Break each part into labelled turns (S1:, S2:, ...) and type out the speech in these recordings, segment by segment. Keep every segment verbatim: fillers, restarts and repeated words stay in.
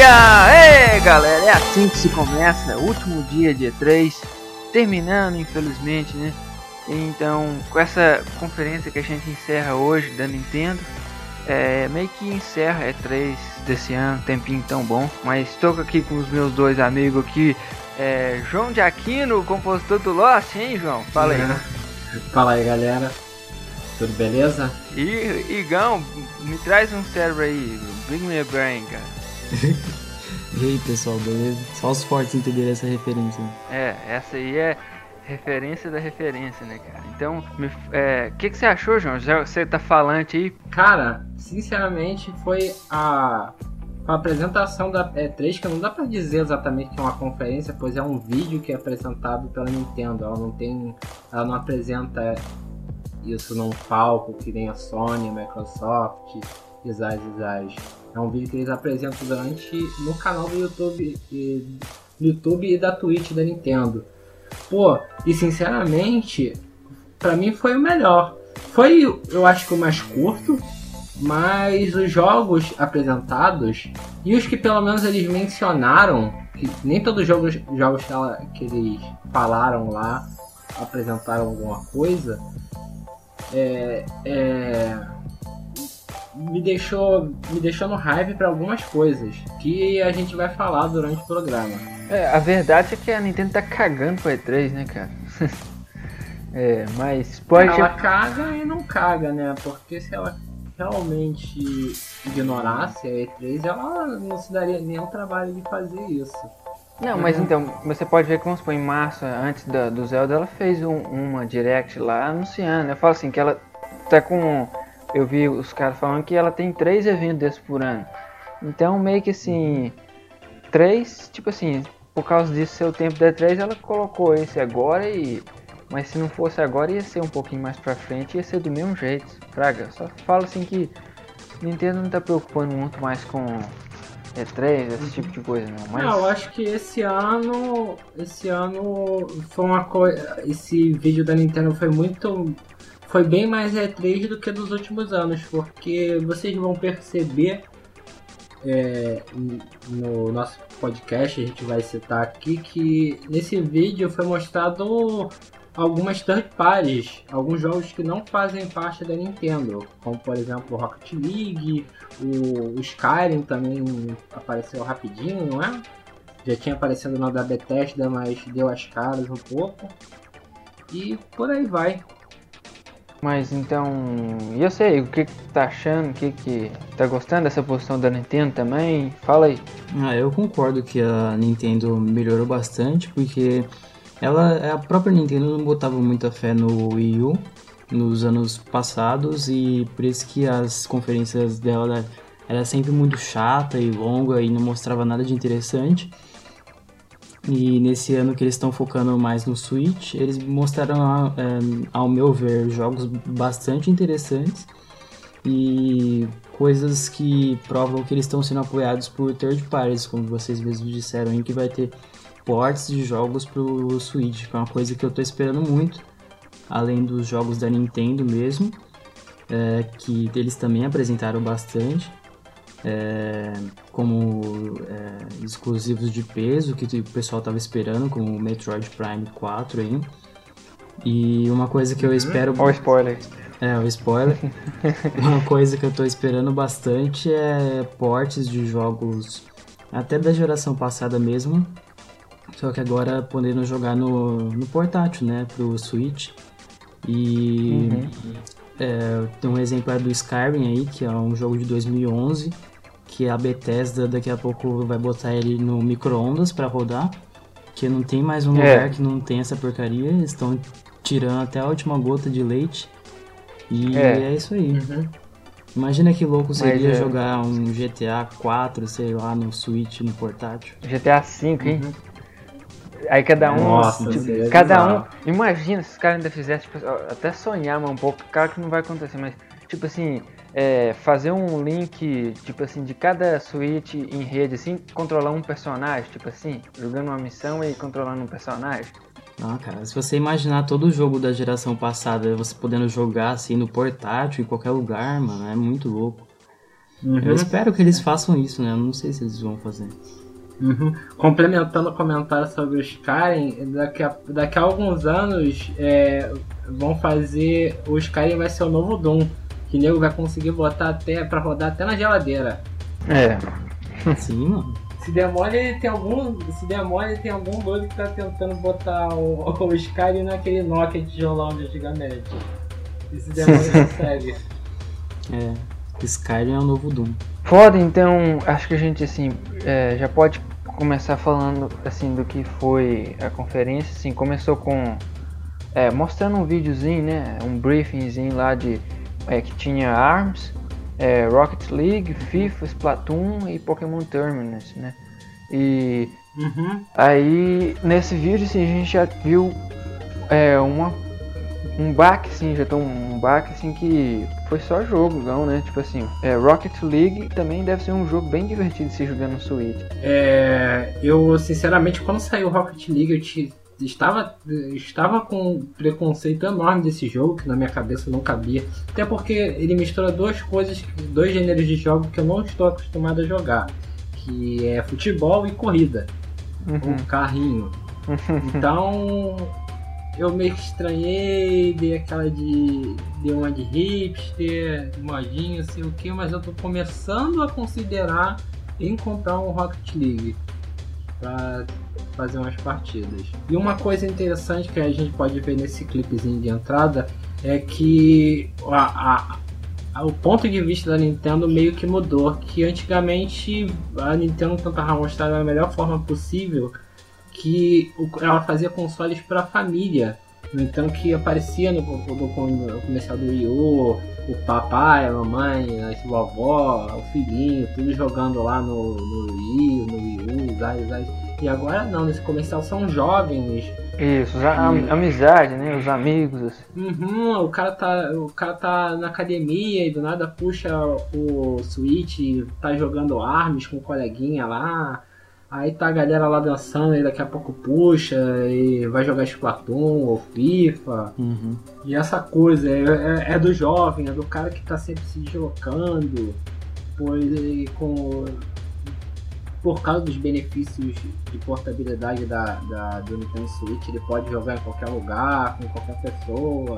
S1: Olha! Ei, galera, é assim que se começa, último dia de E três, terminando infelizmente, né? Então, com essa conferência que a gente encerra hoje da Nintendo, é, meio que encerra a E três desse ano, tempinho tão bom. Mas estou aqui com os meus dois amigos aqui, é, João de Aquino, compositor do Lost, hein, João? Fala aí.
S2: É. Fala aí, galera. Tudo beleza?
S1: E, Igão, me traz um cérebro aí, bring me a brain, cara.
S3: E aí, pessoal, beleza? Só os fortes entenderem essa referência.
S1: É, essa aí é referência da referência, né, cara? Então, o é, que, que você achou, João? Já você tá falante aí?
S2: Cara, sinceramente, foi a, a apresentação da E três, que não dá pra dizer exatamente que é uma conferência, pois é um vídeo que é apresentado pela Nintendo. Ela não tem, ela não apresenta isso num palco que nem a Sony, a Microsoft, Isais, Isais. É um vídeo que eles apresentam durante no canal do YouTube e, do YouTube e da Twitch da Nintendo. Pô, e sinceramente, pra mim foi o melhor. Foi, eu acho que o mais curto, mas os jogos apresentados e os que pelo menos eles mencionaram, que nem todos os jogos, jogos que, ela, que eles falaram lá apresentaram alguma coisa, é... é me deixou, me deixou no hype para algumas coisas que a gente vai falar durante o programa.
S1: É, a verdade é que a Nintendo tá cagando pro E três, né, cara? É, mas pode...
S2: Ela caga e não caga, né? Porque se ela realmente ignorasse a E três, ela não se daria nenhum trabalho de fazer isso.
S1: Não, mas uhum. Então, você pode ver que, vamos supor, em março, antes da, do Zelda, ela fez um, uma direct lá anunciando. Eu falo assim, que ela tá com... Eu vi os caras falando que ela tem três eventos desses por ano. Então, meio que assim, três, tipo assim, por causa disso, seu tempo da E três, ela colocou esse agora e... Mas se não fosse agora, ia ser um pouquinho mais pra frente, ia ser do mesmo jeito, fraga. Só fala assim que Nintendo não tá preocupando muito mais com E três, esse tipo de coisa, não. Mas...
S2: Não, eu acho que esse ano, esse ano foi uma coisa... Esse vídeo da Nintendo foi muito... Foi bem mais E três do que dos últimos anos, porque vocês vão perceber é, no nosso podcast, a gente vai citar aqui, que nesse vídeo foi mostrado algumas third parties, alguns jogos que não fazem parte da Nintendo, como por exemplo o Rocket League, o, o Skyrim também apareceu rapidinho, não é? Já tinha aparecido na da Bethesda, mas deu as caras um pouco, e por aí vai.
S1: Mas então, e eu sei, o que, que tá achando, o que que tá gostando dessa posição da Nintendo também? Fala aí.
S3: Ah, eu concordo que a Nintendo melhorou bastante, porque ela, a própria Nintendo não botava muita fé no Wii U nos anos passados, e por isso que as conferências dela era sempre muito chata e longa e não mostrava nada de interessante. E nesse ano que eles estão focando mais no Switch, eles mostraram, é, ao meu ver, jogos bastante interessantes e coisas que provam que eles estão sendo apoiados por third parties, como vocês mesmos disseram aí, que vai ter ports de jogos pro Switch, que é uma coisa que eu tô esperando muito, além dos jogos da Nintendo mesmo, é, que eles também apresentaram bastante. É, como é, exclusivos de peso que o pessoal estava esperando, como o Metroid Prime quatro aí. E uma coisa que eu espero...
S1: Olha o spoiler.
S3: É, o spoiler. Uma coisa que eu estou esperando bastante é portes de jogos até da geração passada mesmo, só que agora podendo jogar no, no portátil, né, pro Switch. E uhum. é, tem um exemplar do Skyrim aí, que é um jogo de dois mil e onze, que a Bethesda daqui a pouco vai botar ele no micro-ondas pra rodar, que não tem mais um é. lugar que não tem essa porcaria, eles estão tirando até a última gota de leite, e é, é isso aí. Uhum. Imagina que louco seria é. jogar um G T A quatro, sei lá, no Switch, no portátil.
S1: G T A cinco, hein? Uhum. Aí cada um,
S2: Nossa,
S1: tipo, cada um, imagina se os caras ainda fizessem, tipo, até sonhar um pouco, claro que não vai acontecer, mas tipo assim, é, fazer um link, tipo assim, de cada Switch em rede, assim, controlar um personagem, tipo assim, jogando uma missão e controlando um personagem.
S3: Ah, cara, se você imaginar todo o jogo da geração passada, você podendo jogar assim no portátil, em qualquer lugar, mano, é muito louco.
S2: Uhum.
S3: Eu espero que eles façam isso, né? Eu não sei se eles vão fazer.
S2: Uhum. Complementando o comentário sobre os Skyrim, daqui a, daqui a alguns anos é, vão fazer. O Skyrim vai ser o novo Doom. Que o nego vai conseguir botar até pra rodar até na geladeira.
S1: É.
S3: Sim, mano.
S2: Se demole, tem algum. Se demole, tem algum doido que tá tentando botar o, o Skyrim naquele Nokia de tijolão de antigamente. E se demole consegue.
S3: É. Skyrim é o novo Doom.
S1: Foda, então acho que a gente assim é, já pode começar falando assim do que foi a conferência. Assim, começou com é, mostrando um videozinho, né, um briefingzinho lá de é, que tinha ARMS, é, Rocket League, FIFA, Splatoon e Pokémon Tournament, né? E
S2: Uhum.
S1: aí nesse vídeo assim, a gente já viu é, uma um baque, assim, já tô um baque assim que foi só jogo, não, né? Tipo assim, é, Rocket League também deve ser um jogo bem divertido de se jogar no Switch.
S2: É, eu, sinceramente, quando saiu Rocket League, eu te, estava, estava com um preconceito enorme desse jogo, que na minha cabeça não cabia. Até porque ele mistura duas coisas, dois gêneros de jogo que eu não estou acostumado a jogar, que é futebol e corrida,
S1: Uhum.
S2: um carrinho. Então eu meio que estranhei, dei aquela de. dei uma de hipster, modinha, sei o que, mas eu tô começando a considerar em comprar um Rocket League pra fazer umas partidas. E uma coisa interessante que a gente pode ver nesse clipezinho de entrada é que a, a, a, o ponto de vista da Nintendo meio que mudou, que antigamente a Nintendo tentava mostrar da melhor forma possível que ela fazia consoles para a família. Então que aparecia no, no, no comercial do Wii U, o papai, a mamãe, a vovó, o filhinho, tudo jogando lá no, no Wii, no Wii U, zai, zai. E agora não, nesse comercial são jovens.
S1: Isso, a, a, amizade, né? Os amigos. Assim.
S2: Uhum, o cara tá, o cara tá na academia e do nada puxa o Switch, tá jogando armas com o coleguinha lá. Aí tá a galera lá dançando e daqui a pouco puxa e vai jogar Splatoon ou FIFA.
S3: Uhum.
S2: E essa coisa é, é, é do jovem, é do cara que tá sempre se deslocando. Pois, com, por causa dos benefícios de portabilidade da, da, do Nintendo Switch, ele pode jogar em qualquer lugar, com qualquer pessoa.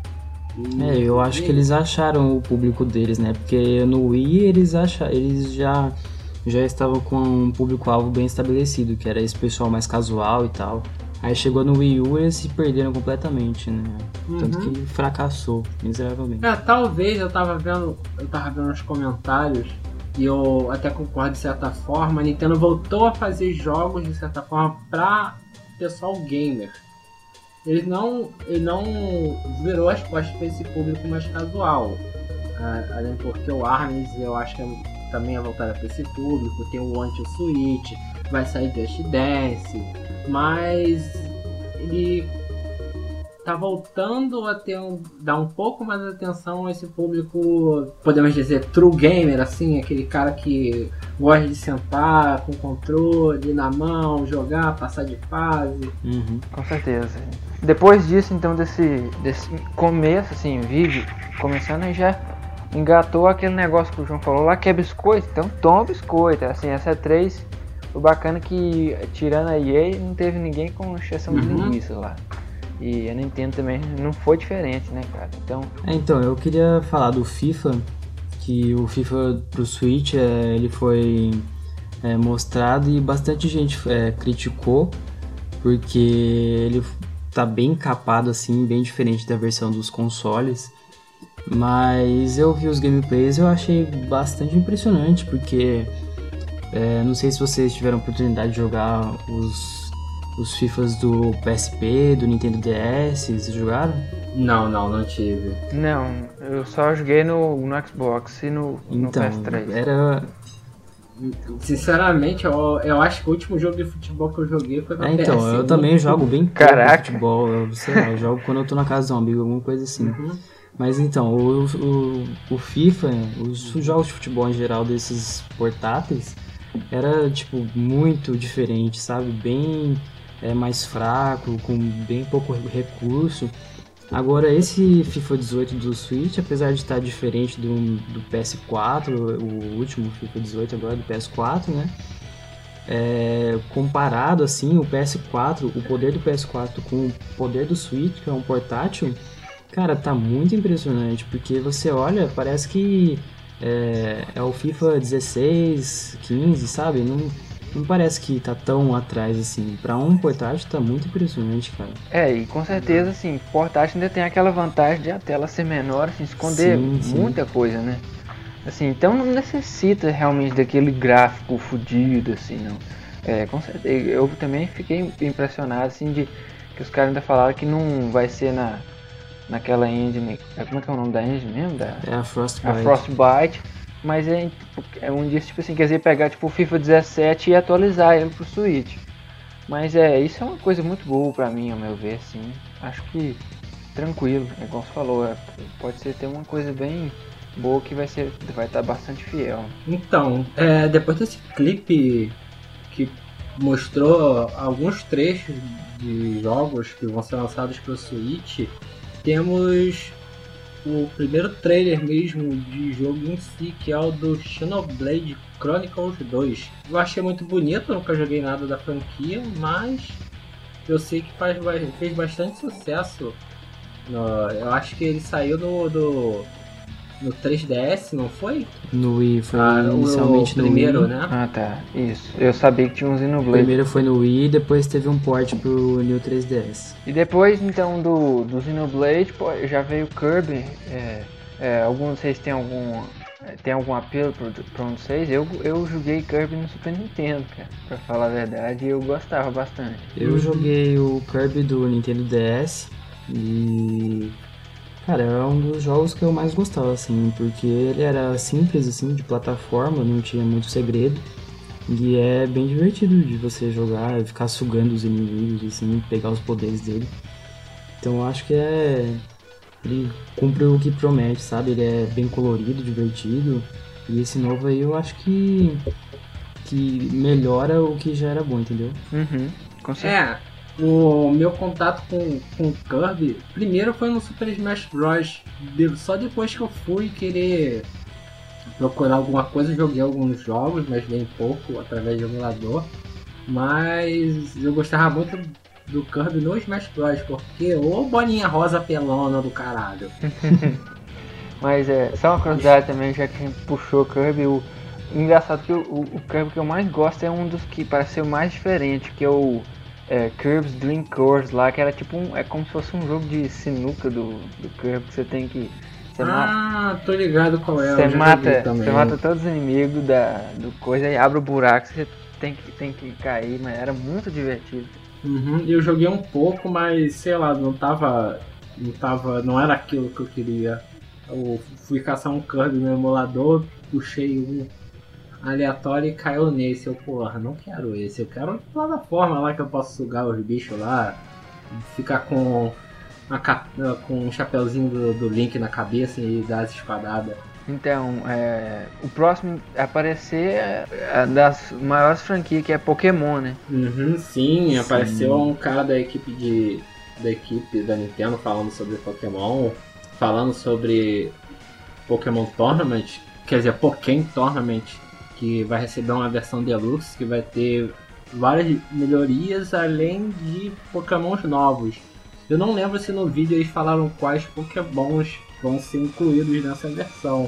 S2: E,
S3: é, eu acho
S2: e...
S3: que eles acharam o público deles, né? Porque no Wii eles, acham, eles já... já estava com um público-alvo bem estabelecido, que era esse pessoal mais casual e tal. Aí chegou no Wii U e eles se perderam completamente, né?
S2: Uhum.
S3: Tanto que fracassou miseravelmente.
S2: É, talvez eu tava vendo, eu tava vendo os comentários e eu até concordo de certa forma, a Nintendo voltou a fazer jogos de certa forma pra pessoal gamer. Ele não, ele não virou as costas pra esse público mais casual. Ah, além porque o ARMS eu acho que é também é voltada para esse público, tem o Anti Switch, vai sair Just Dance, mas ele tá voltando a ter um, dar um pouco mais de atenção a esse público, podemos dizer, true gamer, assim, aquele cara que gosta de sentar com o controle na mão, jogar, passar de fase.
S3: Uhum.
S1: Com certeza. Depois disso, então, desse, desse começo, assim, vídeo, começando aí já engatou aquele negócio que o João falou lá, que é biscoito, então toma biscoito. Assim, essa E três, o bacana é que, tirando a E A, não teve ninguém com exceção de
S2: Uhum.
S1: linguiça lá. E a Nintendo também não foi diferente, né, cara? Então,
S3: É, então, eu queria falar do FIFA, que o FIFA pro Switch, é, ele foi é, mostrado e bastante gente é, criticou, porque ele tá bem capado, assim, bem diferente da versão dos consoles. Mas eu vi os gameplays e eu achei bastante impressionante, porque é, não sei se vocês tiveram a oportunidade de jogar os, os FIFAs do P S P, do Nintendo D S, vocês jogaram?
S2: Não, não, não tive.
S1: não, eu só joguei no, no Xbox e no, no
S3: Então,
S1: P S três.
S3: era...
S2: Sinceramente, eu, eu acho que o último jogo de futebol que eu joguei foi pra
S3: É, então,
S2: P S um.
S3: eu também jogo bem pouco
S1: Caraca.
S3: futebol, eu, sei lá, eu jogo quando eu tô na casa de um amigo, alguma coisa assim.
S2: Uhum.
S3: Mas então, o, o, o FIFA, os jogos de futebol em geral desses portáteis, era, tipo, muito diferente, sabe? Bem é, mais fraco, com bem pouco recurso. Agora, esse FIFA dezoito do Switch, apesar de estar diferente do, do P S quatro, o último FIFA dezoito agora do P S quatro, né? É, comparado assim, o P S quatro, o poder do P S quatro com o poder do Switch, que é um portátil, cara, tá muito impressionante, porque você olha, parece que é, é o FIFA dezesseis, quinze, sabe? Não, não parece que tá tão atrás assim. Pra um portátil tá muito impressionante, cara.
S1: É, e com certeza, assim, portátil ainda tem aquela vantagem de a tela ser menor, assim, esconder
S3: Sim, sim.
S1: muita coisa, né? Assim, então não necessita realmente daquele gráfico fodido, assim, não. É, com certeza, eu também fiquei impressionado, assim, de que os caras ainda falaram que não vai ser na, naquela engine, como é que é o nome da engine mesmo? Da,
S3: É a Frostbite.
S1: a Frostbite, mas é, é um dia, tipo assim, quer dizer, pegar tipo o FIFA dezessete e atualizar ele pro Switch. Mas é, isso é uma coisa muito boa pra mim, ao meu ver, assim. Acho que tranquilo, é igual você falou, é, pode ser ter uma coisa bem boa que vai ser, vai estar bastante fiel.
S2: Então, é, depois desse clipe que mostrou alguns trechos de jogos que vão ser lançados para o Switch, temos o primeiro trailer mesmo de jogo em si, que é o do Xenoblade Chronicles dois. Eu achei muito bonito, nunca joguei nada da franquia, mas eu sei que faz, fez bastante sucesso. No, eu acho que ele saiu no, do, no três D S, não foi?
S3: No Wii, foi
S2: Ah,
S3: inicialmente
S2: o primeiro,
S3: no Wii.
S2: né?
S1: Ah, tá, isso. Eu sabia que tinha um
S3: O
S1: Xenoblade.
S3: primeiro foi no Wii, depois teve um port pro New três D S.
S1: E depois, então, do, do Xenoblade, pô, já veio Kirby. É, é, algum de vocês tem algum, tem algum apelo pra, pra um de vocês? Eu, eu joguei Kirby no Super Nintendo, cara, pra falar a verdade, e eu gostava bastante.
S3: Eu joguei o Kirby do Nintendo D S e... Cara, é um dos jogos que eu mais gostava, assim, porque ele era simples, assim, de plataforma, não tinha muito segredo. E é bem divertido de você jogar e ficar sugando os inimigos, assim, pegar os poderes dele. Então eu acho que é... Ele cumpre o que promete, sabe? Ele é bem colorido, divertido. E esse novo aí eu acho que... que melhora o que já era bom, entendeu?
S1: Uhum, com certeza.
S2: É, o meu contato com, com o Kirby, primeiro foi no Super Smash Bros. De- Só depois que eu fui querer procurar alguma coisa, joguei alguns jogos, mas bem pouco, através de emulador. Mas eu gostava muito do Kirby no Smash Bros. Porque ô bolinha rosa pelona do caralho.
S1: Mas é, só uma curiosidade também, já que a gente puxou o Kirby, o engraçado que o, o, o Kirby que eu mais gosto é um dos que parece ser o mais diferente, que é o é, Kirby's Dream Course lá, que era tipo um, é como se fosse um jogo de sinuca do, do Kirby, que você tem que... Você mata,
S2: Ah, tô ligado qual é.
S1: você
S2: eu já
S1: mata,
S2: joguei também.
S1: você mata todos os inimigos da, do coisa e abre o buraco, você tem que, tem que cair, mas era muito divertido.
S2: Uhum, eu joguei um pouco, mas sei lá, não tava. Não tava. Não era aquilo que eu queria. Eu fui caçar um Kirby no emulador, puxei um aleatório e caiu nesse. Eu, porra, não quero esse, eu quero plataforma lá que eu posso sugar os bichos lá, ficar com a, ca- com um chapeuzinho do, do Link na cabeça e dar as espadadas.
S1: Então, é, o próximo a aparecer é a das maiores franquias, que é Pokémon, né?
S2: Uhum, sim, apareceu um cara da equipe de da equipe da Nintendo falando sobre Pokémon, falando sobre Pokémon Tournament, quer dizer, Pokémon Tournament, que vai receber uma versão deluxe que vai ter várias melhorias além de Pokémons novos. Eu não lembro se no vídeo eles falaram quais Pokémons vão ser incluídos nessa versão,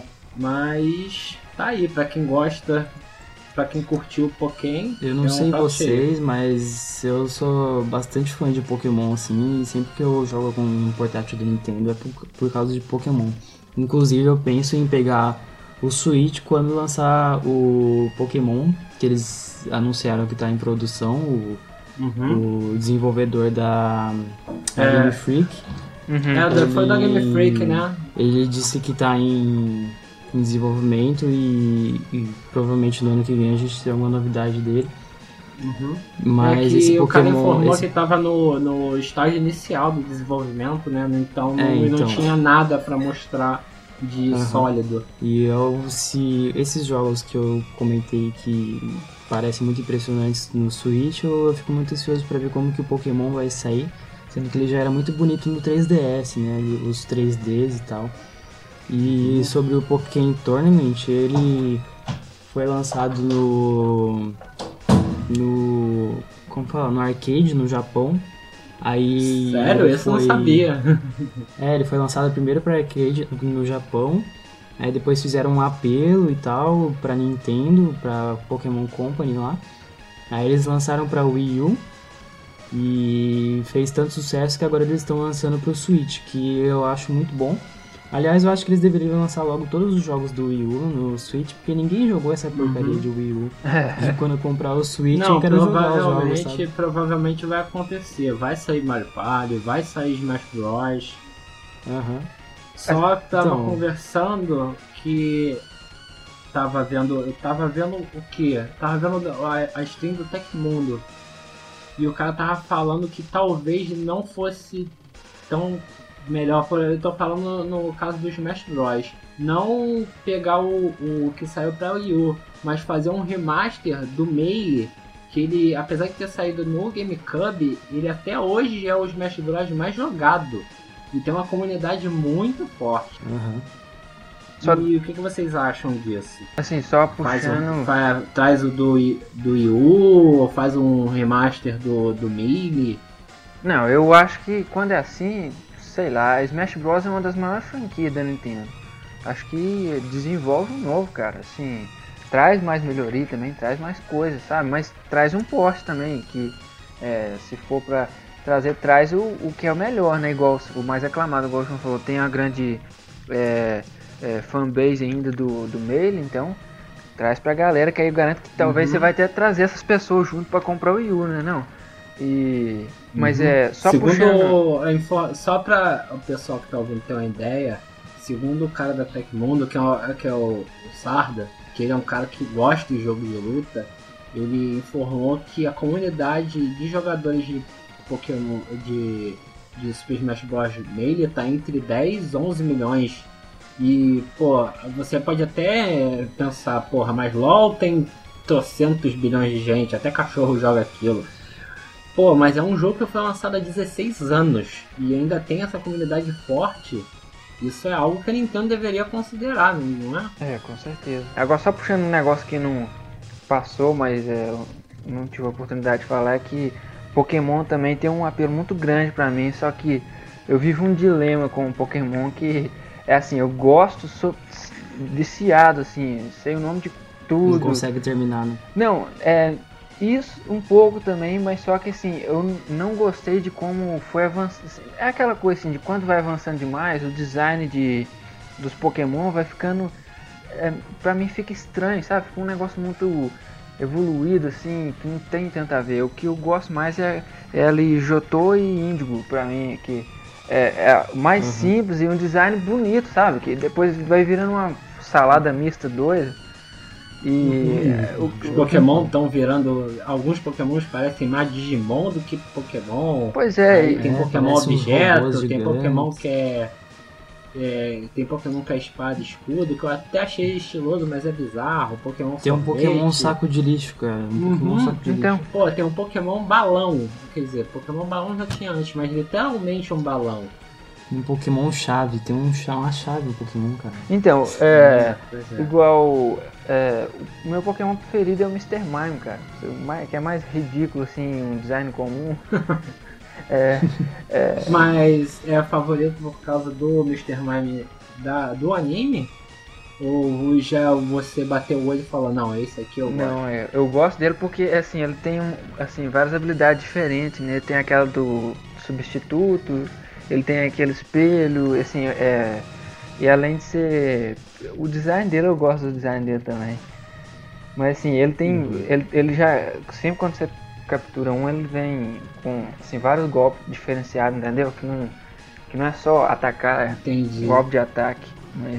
S2: mas tá aí pra quem gosta. Pra quem curtiu o Pokémon.
S3: Eu não
S2: é um
S3: sei
S2: prato
S3: vocês,
S2: cheio.
S3: mas eu sou bastante fã de Pokémon, assim, e sempre que eu jogo com um portátil do Nintendo é por, por causa de Pokémon. Inclusive eu penso em pegar o Switch quando lançar o Pokémon, que eles anunciaram que tá em produção, o,
S2: Uhum.
S3: o desenvolvedor da, da
S2: É.
S3: Game Freak.
S1: Uhum.
S2: É, da- foi da Game Freak, né?
S3: Ele disse que tá em, em desenvolvimento e, e provavelmente no ano que vem a gente tem alguma novidade dele.
S2: Uhum.
S3: Mas
S2: é que
S3: esse
S2: o cara
S3: Pokémon...
S2: informou
S3: esse-
S2: que tava no, no estágio inicial do desenvolvimento, né? Então,
S3: É,
S2: não,
S3: então.
S2: não tinha nada pra mostrar de
S3: Aham.
S2: sólido.
S3: E eu, se esses jogos que eu comentei que parecem muito impressionantes no Switch, eu fico muito ansioso pra ver como que o Pokémon vai sair. Sendo que ele já era muito bonito no três D S, né? Os três Ds e tal. E sobre o Pokémon Tournament, ele foi lançado no... no... como fala? No arcade, no Japão. Aí
S2: Sério? Esse eu não sabia.
S3: É, ele foi lançado primeiro para arcade no Japão. Aí depois fizeram um apelo e tal pra Nintendo, pra Pokémon Company lá. Aí eles lançaram pra Wii U. E fez tanto sucesso que agora eles estão lançando pro Switch, que eu acho muito bom. Aliás, eu acho que eles deveriam lançar logo todos os jogos do Wii U no Switch, porque ninguém jogou essa porcaria uhum. de Wii U. E quando eu comprar o Switch,
S2: não,
S3: eu quero jogar os jogos, sabe?
S2: Provavelmente vai acontecer. Vai sair Mario Party, vai sair Smash Bros.
S3: Uhum.
S2: Só que tava
S3: então...
S2: conversando que... Tava vendo... Eu tava vendo o quê? Tava vendo a, a stream do Tecmundo. E o cara tava falando que talvez não fosse tão melhor. Eu tô falando no, no caso do Smash Bros. Não pegar o, o que saiu pra Wii U, mas fazer um remaster do Melee. Que ele, apesar de ter saído no GameCube, ele até hoje é o Smash Bros mais jogado. E tem uma comunidade muito forte.
S3: Uhum.
S2: Só... E o que, que vocês acham disso?
S1: Assim, só puxando...
S2: Faz um, faz, traz o do, do Wii U, ou faz um remaster do, do Melee?
S1: Não, eu acho que quando é assim, sei lá, Smash Bros é uma das maiores franquias da Nintendo. Acho que desenvolve um novo, cara, assim... Traz mais melhoria também, traz mais coisas, sabe? Mas traz um porte também, que é, se for pra trazer, traz o, o que é o melhor, né? Igual o mais aclamado, igual o João falou, tem a grande... É, É, fanbase ainda do, do Melee, então traz pra galera, que aí eu garanto que talvez uhum. você vai ter que trazer essas pessoas junto pra comprar o Wii U, né, não? E... Mas uhum. é, só
S2: segundo
S1: puxando...
S2: Só pra o pessoal que tá ouvindo ter uma ideia, segundo o cara da Tecmundo, que é o, que é o Sarda, que ele é um cara que gosta de jogo de luta, ele informou que a comunidade de jogadores de Pokémon, de, de Super Smash Bros. Melee tá entre dez e onze milhões. E, pô, você pode até pensar, porra, mas LoL tem trocentos bilhões de gente, até cachorro joga aquilo. Pô, mas é um jogo que foi lançado há dezesseis anos e ainda tem essa comunidade forte. Isso é algo que a Nintendo deveria considerar, não é?
S1: É, com certeza. Agora, só puxando um negócio que não passou, mas é, eu não tive a oportunidade de falar, é que Pokémon também tem um apelo muito grande pra mim, só que eu vivo um dilema com o Pokémon que... É assim, eu gosto, sou viciado, assim, sei o nome de tudo.
S3: Não consegue terminar, né?
S1: Não, é isso um pouco também, mas só que assim, eu não gostei de como foi avançando. É aquela coisa assim, de quando vai avançando demais, o design de, dos Pokémon vai ficando, é, pra mim fica estranho, sabe? Fica um negócio muito evoluído, assim, que não tem tanto a ver. O que eu gosto mais é, é ali Johto e Índigo, pra mim, que... É, é mais uhum. simples e um design bonito, sabe? Que depois vai virando uma salada mista doida. E
S2: uhum.
S1: o,
S2: os Pokémon estão virando. Alguns Pokémon parecem mais Digimon do que Pokémon.
S1: Pois é.
S2: Aí tem
S1: é,
S2: Pokémon objeto, tem Pokémon que é, é. Tem Pokémon que é espada e escudo, que eu até achei estiloso, mas é bizarro. Pokémon
S3: tem um
S2: sorvete.
S3: Pokémon saco de lixo, cara. Um
S2: uhum.
S3: Pokémon saco de
S1: então,
S3: lixo.
S2: Pô, tem um Pokémon balão. Quer dizer, Pokémon balão já tinha antes, mas literalmente um balão.
S3: Um Pokémon chave, tem um, uma chave no Pokémon, cara.
S1: Então, é, é. igual, é, o meu Pokémon preferido é o mister Mime, cara. Que é mais ridículo, assim, um design comum. é, é...
S2: Mas é favorito por causa do mister Mime da, do anime? Ou já você bateu o olho e falou, não, esse aqui eu gosto?
S1: Não, é, eu gosto dele porque, assim, ele tem um, assim, várias habilidades diferentes, né? Tem aquela do substituto... Ele tem aquele espelho, assim, é... E além de ser... O design dele, eu gosto do design dele também. Mas assim, ele tem... Uhum. Ele, ele já... Sempre quando você captura um, ele vem com, assim, vários golpes diferenciados, entendeu? Que não, que não é só atacar,
S2: Entendi.
S1: Golpe de ataque, mas...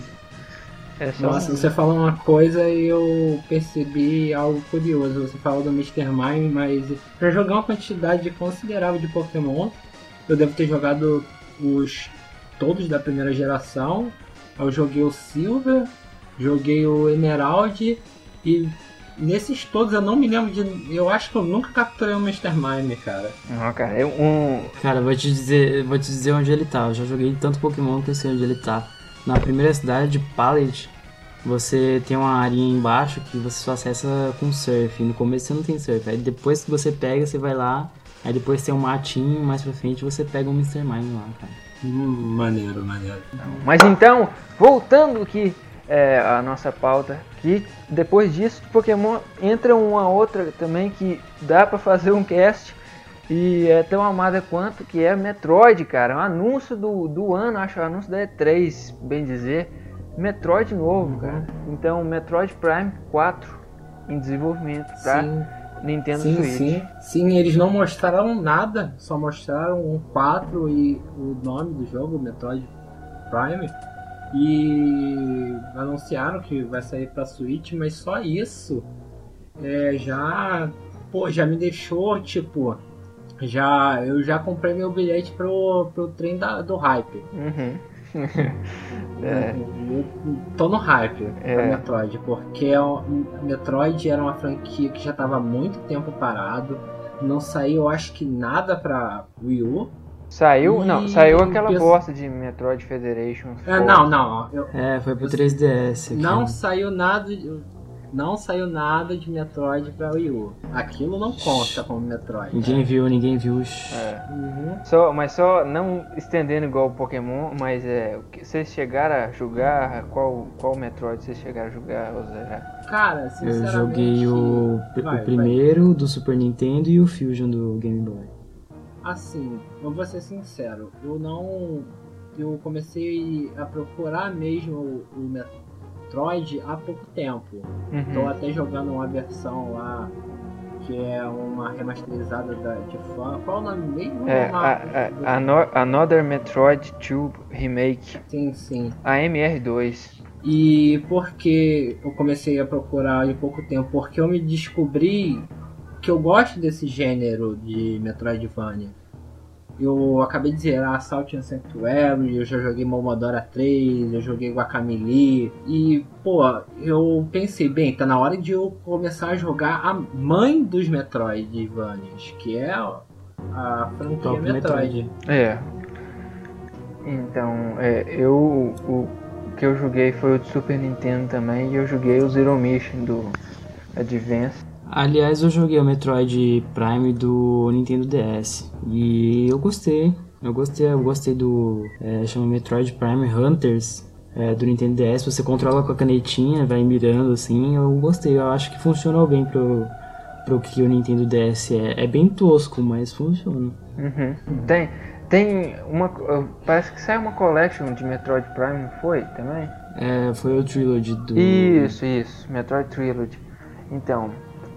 S2: É só Nossa, um... você falou uma coisa e eu percebi algo curioso. Você falou do mister Mime, mas... Pra jogar uma quantidade considerável de Pokémon... Eu devo ter jogado os todos da primeira geração. Eu joguei o Silver, joguei o Emerald e nesses todos eu não me lembro de... Eu acho que eu nunca capturei um mister Mime, cara.
S1: Não, cara, é um...
S3: Cara, vou te dizer, vou te dizer onde ele tá. Eu já joguei tanto Pokémon que eu sei onde ele tá. Na primeira cidade de Pallet, você tem uma arinha embaixo que você só acessa com surf. No começo você não tem surf. Aí depois que você pega, você vai lá. Aí depois tem um matinho, mais pra frente você pega um mister Mime lá, cara.
S2: Hum, maneiro, maneiro.
S1: Mas então, voltando aqui é, a nossa pauta, que depois disso de Pokémon entra uma outra também que dá pra fazer um cast e é tão amada quanto, que é Metroid, cara. Um anúncio do, do ano, acho, um anúncio da E três, bem dizer. Metroid novo, cara. Então, Metroid Prime quatro em desenvolvimento, tá?
S2: Sim.
S1: Nintendo
S2: Sim,
S1: Switch.
S2: sim, sim, eles não mostraram nada, só mostraram o quatro e o nome do jogo, Metroid Prime, e anunciaram que vai sair pra Switch, mas só isso é, já, pô, já me deixou, tipo, já, eu já comprei meu bilhete pro, pro trem da, do hype.
S1: Uhum. É.
S2: Eu tô no hype
S1: É.
S2: pra Metroid, porque o Metroid era uma franquia que já tava há muito tempo parado, não saiu, eu acho que nada pra Wii U.
S1: Saiu,
S2: E
S1: não, saiu aquela
S2: penso-
S1: bosta de Metroid Federation.
S2: É, não, não, eu-
S3: É, foi pro três D S aqui.
S2: não saiu nada, de- não saiu nada de Metroid pra Wii U. Aquilo não conta como Metroid.
S3: Ninguém viu, ninguém viu.
S1: É.
S2: Uhum.
S1: Só, mas só não estendendo igual o Pokémon, mas é, o que vocês chegaram a jogar, qual, qual Metroid vocês chegaram a jogar ou zerar?
S2: Cara,
S3: Eu
S2: sinceramente...
S3: joguei o,
S2: Vai,
S3: o
S2: vai.
S3: primeiro do Super Nintendo e o Fusion do Game Boy.
S2: Assim, eu vou ser sincero, eu não. Eu comecei a procurar mesmo o, o Metroid há pouco tempo. Tô
S1: Uhum.
S2: até jogando uma versão lá que é uma remasterizada da, de fã. Qual o nome mesmo?
S1: É,
S2: Uma-
S1: a, a, Ano- Another Metroid dois Remake,
S2: Sim, sim.
S1: A M R dois.
S2: E por que eu comecei a procurar em pouco tempo? Porque eu me descobri que eu gosto desse gênero de Metroidvania. Eu acabei de zerar Assault and Sanctuary, eu já joguei Momodora três, eu joguei Guacamelee. E, pô, eu pensei, bem, tá na hora de eu começar a jogar a mãe dos Metroidvanias, que é a franquia
S3: Top
S2: Metroid.
S3: Metroid.
S1: É. Então, é, eu o, o que eu joguei foi o do Super Nintendo também e eu joguei o Zero Mission do Advance.
S3: Aliás, eu joguei o Metroid Prime do Nintendo D S e eu gostei. Eu gostei, eu gostei do. É, chama Metroid Prime Hunters é, do Nintendo D S. Você controla com a canetinha, vai mirando assim. Eu gostei, eu acho que funcionou bem pro, pro que o Nintendo D S é. É bem tosco, mas funciona.
S1: Uhum. Tem, tem uma. Parece que saiu uma collection de Metroid Prime, não foi? Também?
S3: É, foi o Trilogy do.
S1: Isso, isso, Metroid Trilogy. Então,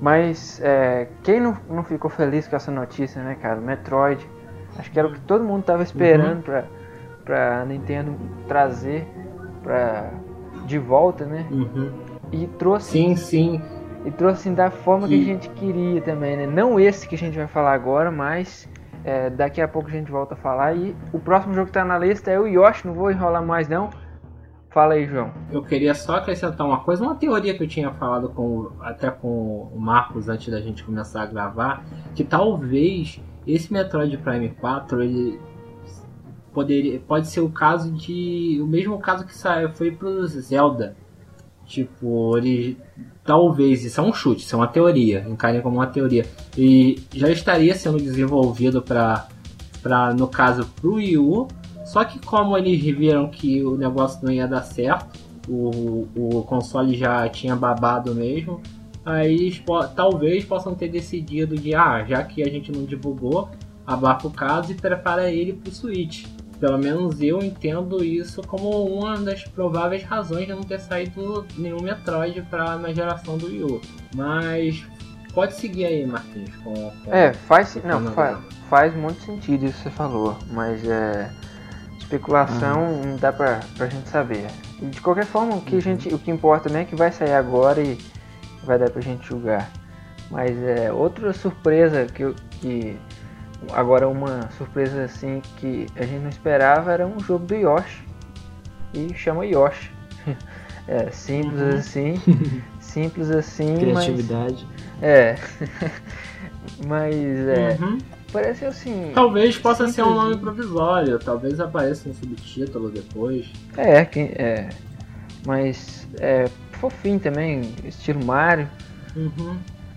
S1: mas é, quem não, não ficou feliz com essa notícia, né, cara? Metroid, acho que era o que todo mundo tava esperando
S2: Uhum.
S1: pra, pra Nintendo trazer pra, de volta, né?
S2: Uhum.
S1: E trouxe,
S2: Sim, sim.
S1: e trouxe assim, da forma que
S2: E-
S1: a gente queria também, né? Não esse que a gente vai falar agora, mas é, daqui a pouco a gente volta a falar. E o próximo jogo que tá na lista é o Yoshi, não vou enrolar mais não. Fala aí, João.
S2: Eu queria só acrescentar uma coisa, uma teoria que eu tinha falado com, até com o Marcos antes da gente começar a gravar, que talvez esse Metroid Prime quatro ele poderia, pode ser o caso de. O mesmo caso que saiu, foi pro Zelda. Tipo, ele. Talvez, isso é um chute, isso é uma teoria, encarem como uma teoria. E já estaria sendo desenvolvido para, para no caso, pro Wii U. Só que como eles viram que o negócio não ia dar certo, o, o console já tinha babado mesmo, aí eles po- talvez possam ter decidido de, ah, já que a gente não divulgou, abafa o caso e prepara ele pro Switch. Pelo menos eu entendo isso como uma das prováveis razões de não ter saído nenhum Metroid pra, na geração do Wii U. Mas pode seguir aí, Marquinhos. Com, com
S1: É, faz,
S2: com
S1: não,
S2: o
S1: faz,
S2: cronograma.
S1: faz muito sentido isso que você falou, mas é especulação não dá pra, pra gente saber. E de qualquer forma, o que, a gente, o que importa também é que vai sair agora e vai dar pra gente julgar. Mas é outra surpresa que, eu- que agora uma surpresa assim que a gente não esperava era um jogo do Yoshi e chama Yoshi. É simples
S2: Uhum.
S1: assim, simples assim,
S3: Criatividade.
S1: Mas, é. Mas é.
S2: Uhum.
S1: Parece assim.
S2: Talvez possa ser um nome
S1: simples.
S2: provisório, talvez apareça um subtítulo depois.
S1: É, que, é. Mas é fofinho também, estilo Mario.
S2: Uhum.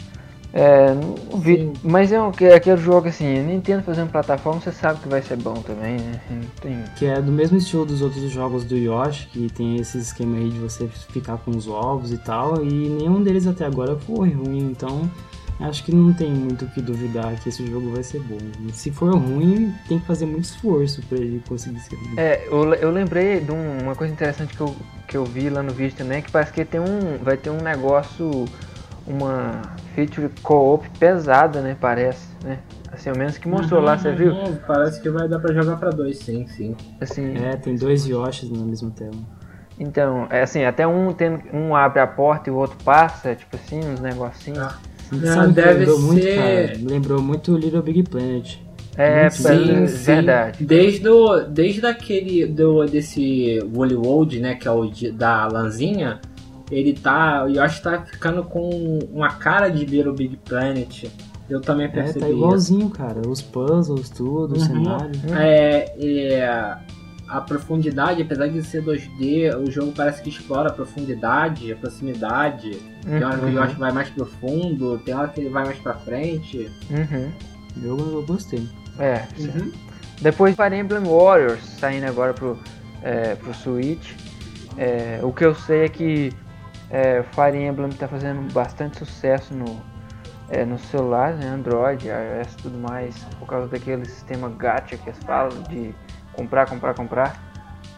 S1: É, não vi,
S2: Sim.
S1: mas é, um, é aquele jogo assim, Nintendo fazendo plataforma, você sabe que vai ser bom também, né? Não tem...
S3: Que é do mesmo estilo dos outros jogos do Yoshi, que tem esse esquema aí de você ficar com os ovos e tal, e nenhum deles até agora foi ruim, então acho que não tem muito o que duvidar que esse jogo vai ser bom. E se for ruim, tem que fazer muito esforço pra ele conseguir ser bom.
S1: É, eu, eu lembrei de um, uma coisa interessante que eu, que eu vi lá no vídeo também, que parece que tem um, vai ter um negócio, uma feature co-op pesada, né, parece, né? Assim, ao menos que mostrou
S2: Uhum,
S1: lá, você viu?
S2: uhum, parece que vai dar pra jogar pra dois, sim, sim.
S1: Assim,
S3: É, tem dois Yoshis na mesma tela.
S1: então, é assim, até um, tem, um abre a porta e o outro passa, tipo assim, uns negocinhos.
S2: Ah.
S3: Sim,
S2: Ah, deve
S3: lembrou muito,
S2: ser-
S3: cara. Lembrou muito Little Big Planet.
S1: É,
S3: Muito
S1: pra-
S3: bem.
S2: Sim, sim.
S1: verdade.
S2: Desde, o, desde aquele, do, desse Woolly World, né, que é o de- da lãzinha, ele tá, o Yoshi tá ficando com uma cara de Little Big Planet. Eu também
S3: É,
S2: percebi
S3: tá
S2: isso.
S3: igualzinho, cara. Os puzzles, tudo, o
S2: Uhum.
S3: cenário.
S2: É, é, a profundidade, apesar de ser dois D, o jogo parece que explora a profundidade, a proximidade. Tem hora que o
S1: Uhum.
S2: Yoshi vai mais profundo, tem hora que ele vai mais pra frente.
S1: Uhum.
S3: Eu, eu gostei.
S1: É,
S2: Uhum.
S1: depois Fire Emblem Warriors saindo agora pro, é, pro Switch. É, o que eu sei é que é, Fire Emblem está fazendo bastante sucesso no, é, nos celulares, né, Android, iOS e tudo mais, por causa daquele sistema gacha que eles falam de comprar, comprar, comprar.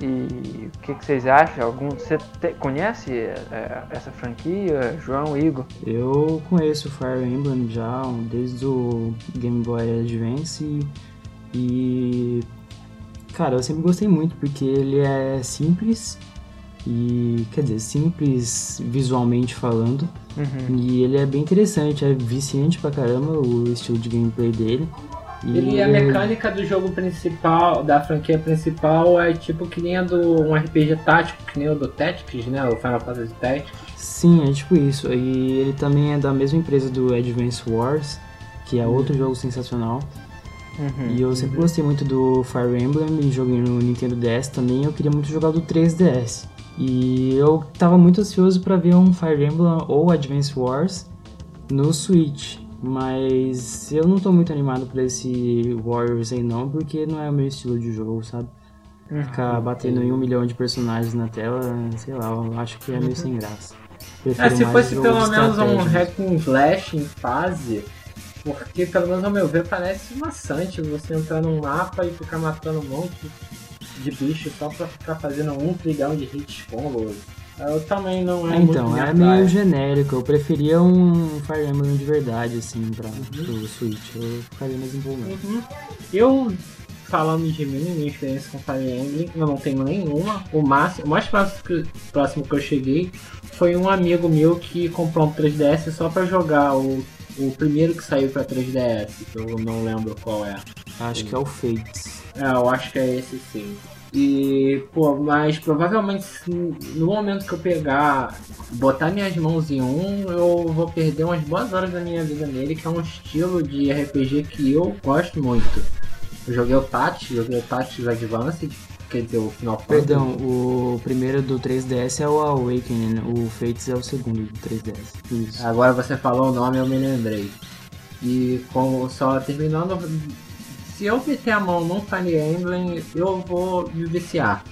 S1: E o que, que vocês acham? Algum, você te- conhece é, essa franquia, João, Igor?
S3: Eu conheço o Fire Emblem já desde o Game Boy Advance e, e, cara, eu sempre gostei muito porque ele é simples e, quer dizer, simples visualmente falando,
S1: Uhum.
S3: e ele é bem interessante, é viciante pra caramba o estilo de gameplay dele. E
S2: Ele, a mecânica do jogo principal, da franquia principal, é tipo que nem a do um R P G tático, que nem o do Tactics, né? O Final Fantasy Tactics.
S3: Sim, é tipo isso. E ele também é da mesma empresa do Advance Wars, que é outro jogo sensacional.
S1: Uhum.
S3: E eu sempre gostei muito do Fire Emblem e joguei no Nintendo D S também. Eu queria muito jogar do três D S. E eu tava muito ansioso pra ver um Fire Emblem ou Advance Wars no Switch. Mas eu não tô muito animado pra esse Warriors aí não, porque não é o meu estilo de jogo, sabe? Ficar batendo em um milhão de personagens na tela, sei lá, eu acho que é meio sem graça.
S2: É, se
S3: mais
S2: fosse
S3: jogo
S2: pelo
S3: de
S2: menos um
S3: estratégia.
S2: hack and slash em fase, porque pelo menos ao meu ver parece maçante você entrar num mapa e ficar matando um monte de bicho só pra ficar fazendo um trilhão de hits combos. Eu também não é
S3: É, então,
S2: muito minha
S3: é
S2: praia.
S3: meio genérico. Eu preferia um Fire Emblem de verdade, assim, pra, pro Switch. Eu ficaria mais empolgado.
S2: Uhum. Eu, falando de mim, minha experiência com Fire Emblem, eu não tenho nenhuma. O, máximo, o mais próximo que, próximo que eu cheguei foi um amigo meu que comprou um três D S só pra jogar o, o primeiro que saiu pra três D S, que eu não lembro qual é.
S3: Acho que é o Fates.
S2: É, eu acho que é esse sim. E, pô, mas provavelmente se no momento que eu pegar, botar minhas mãos em um, eu vou perder umas boas horas da minha vida nele, que é um estilo de R P G que eu gosto muito. Eu joguei o Tactics, joguei o Tactics Advanced, quer dizer, o Final Fantasy.
S3: Perdão, o primeiro do três D S é o Awakening, o Fates é o segundo do três D S. Isso.
S2: Agora você falou o nome, eu me lembrei. E como só terminando, se eu meter a mão num Fire Emblem, eu vou me viciar.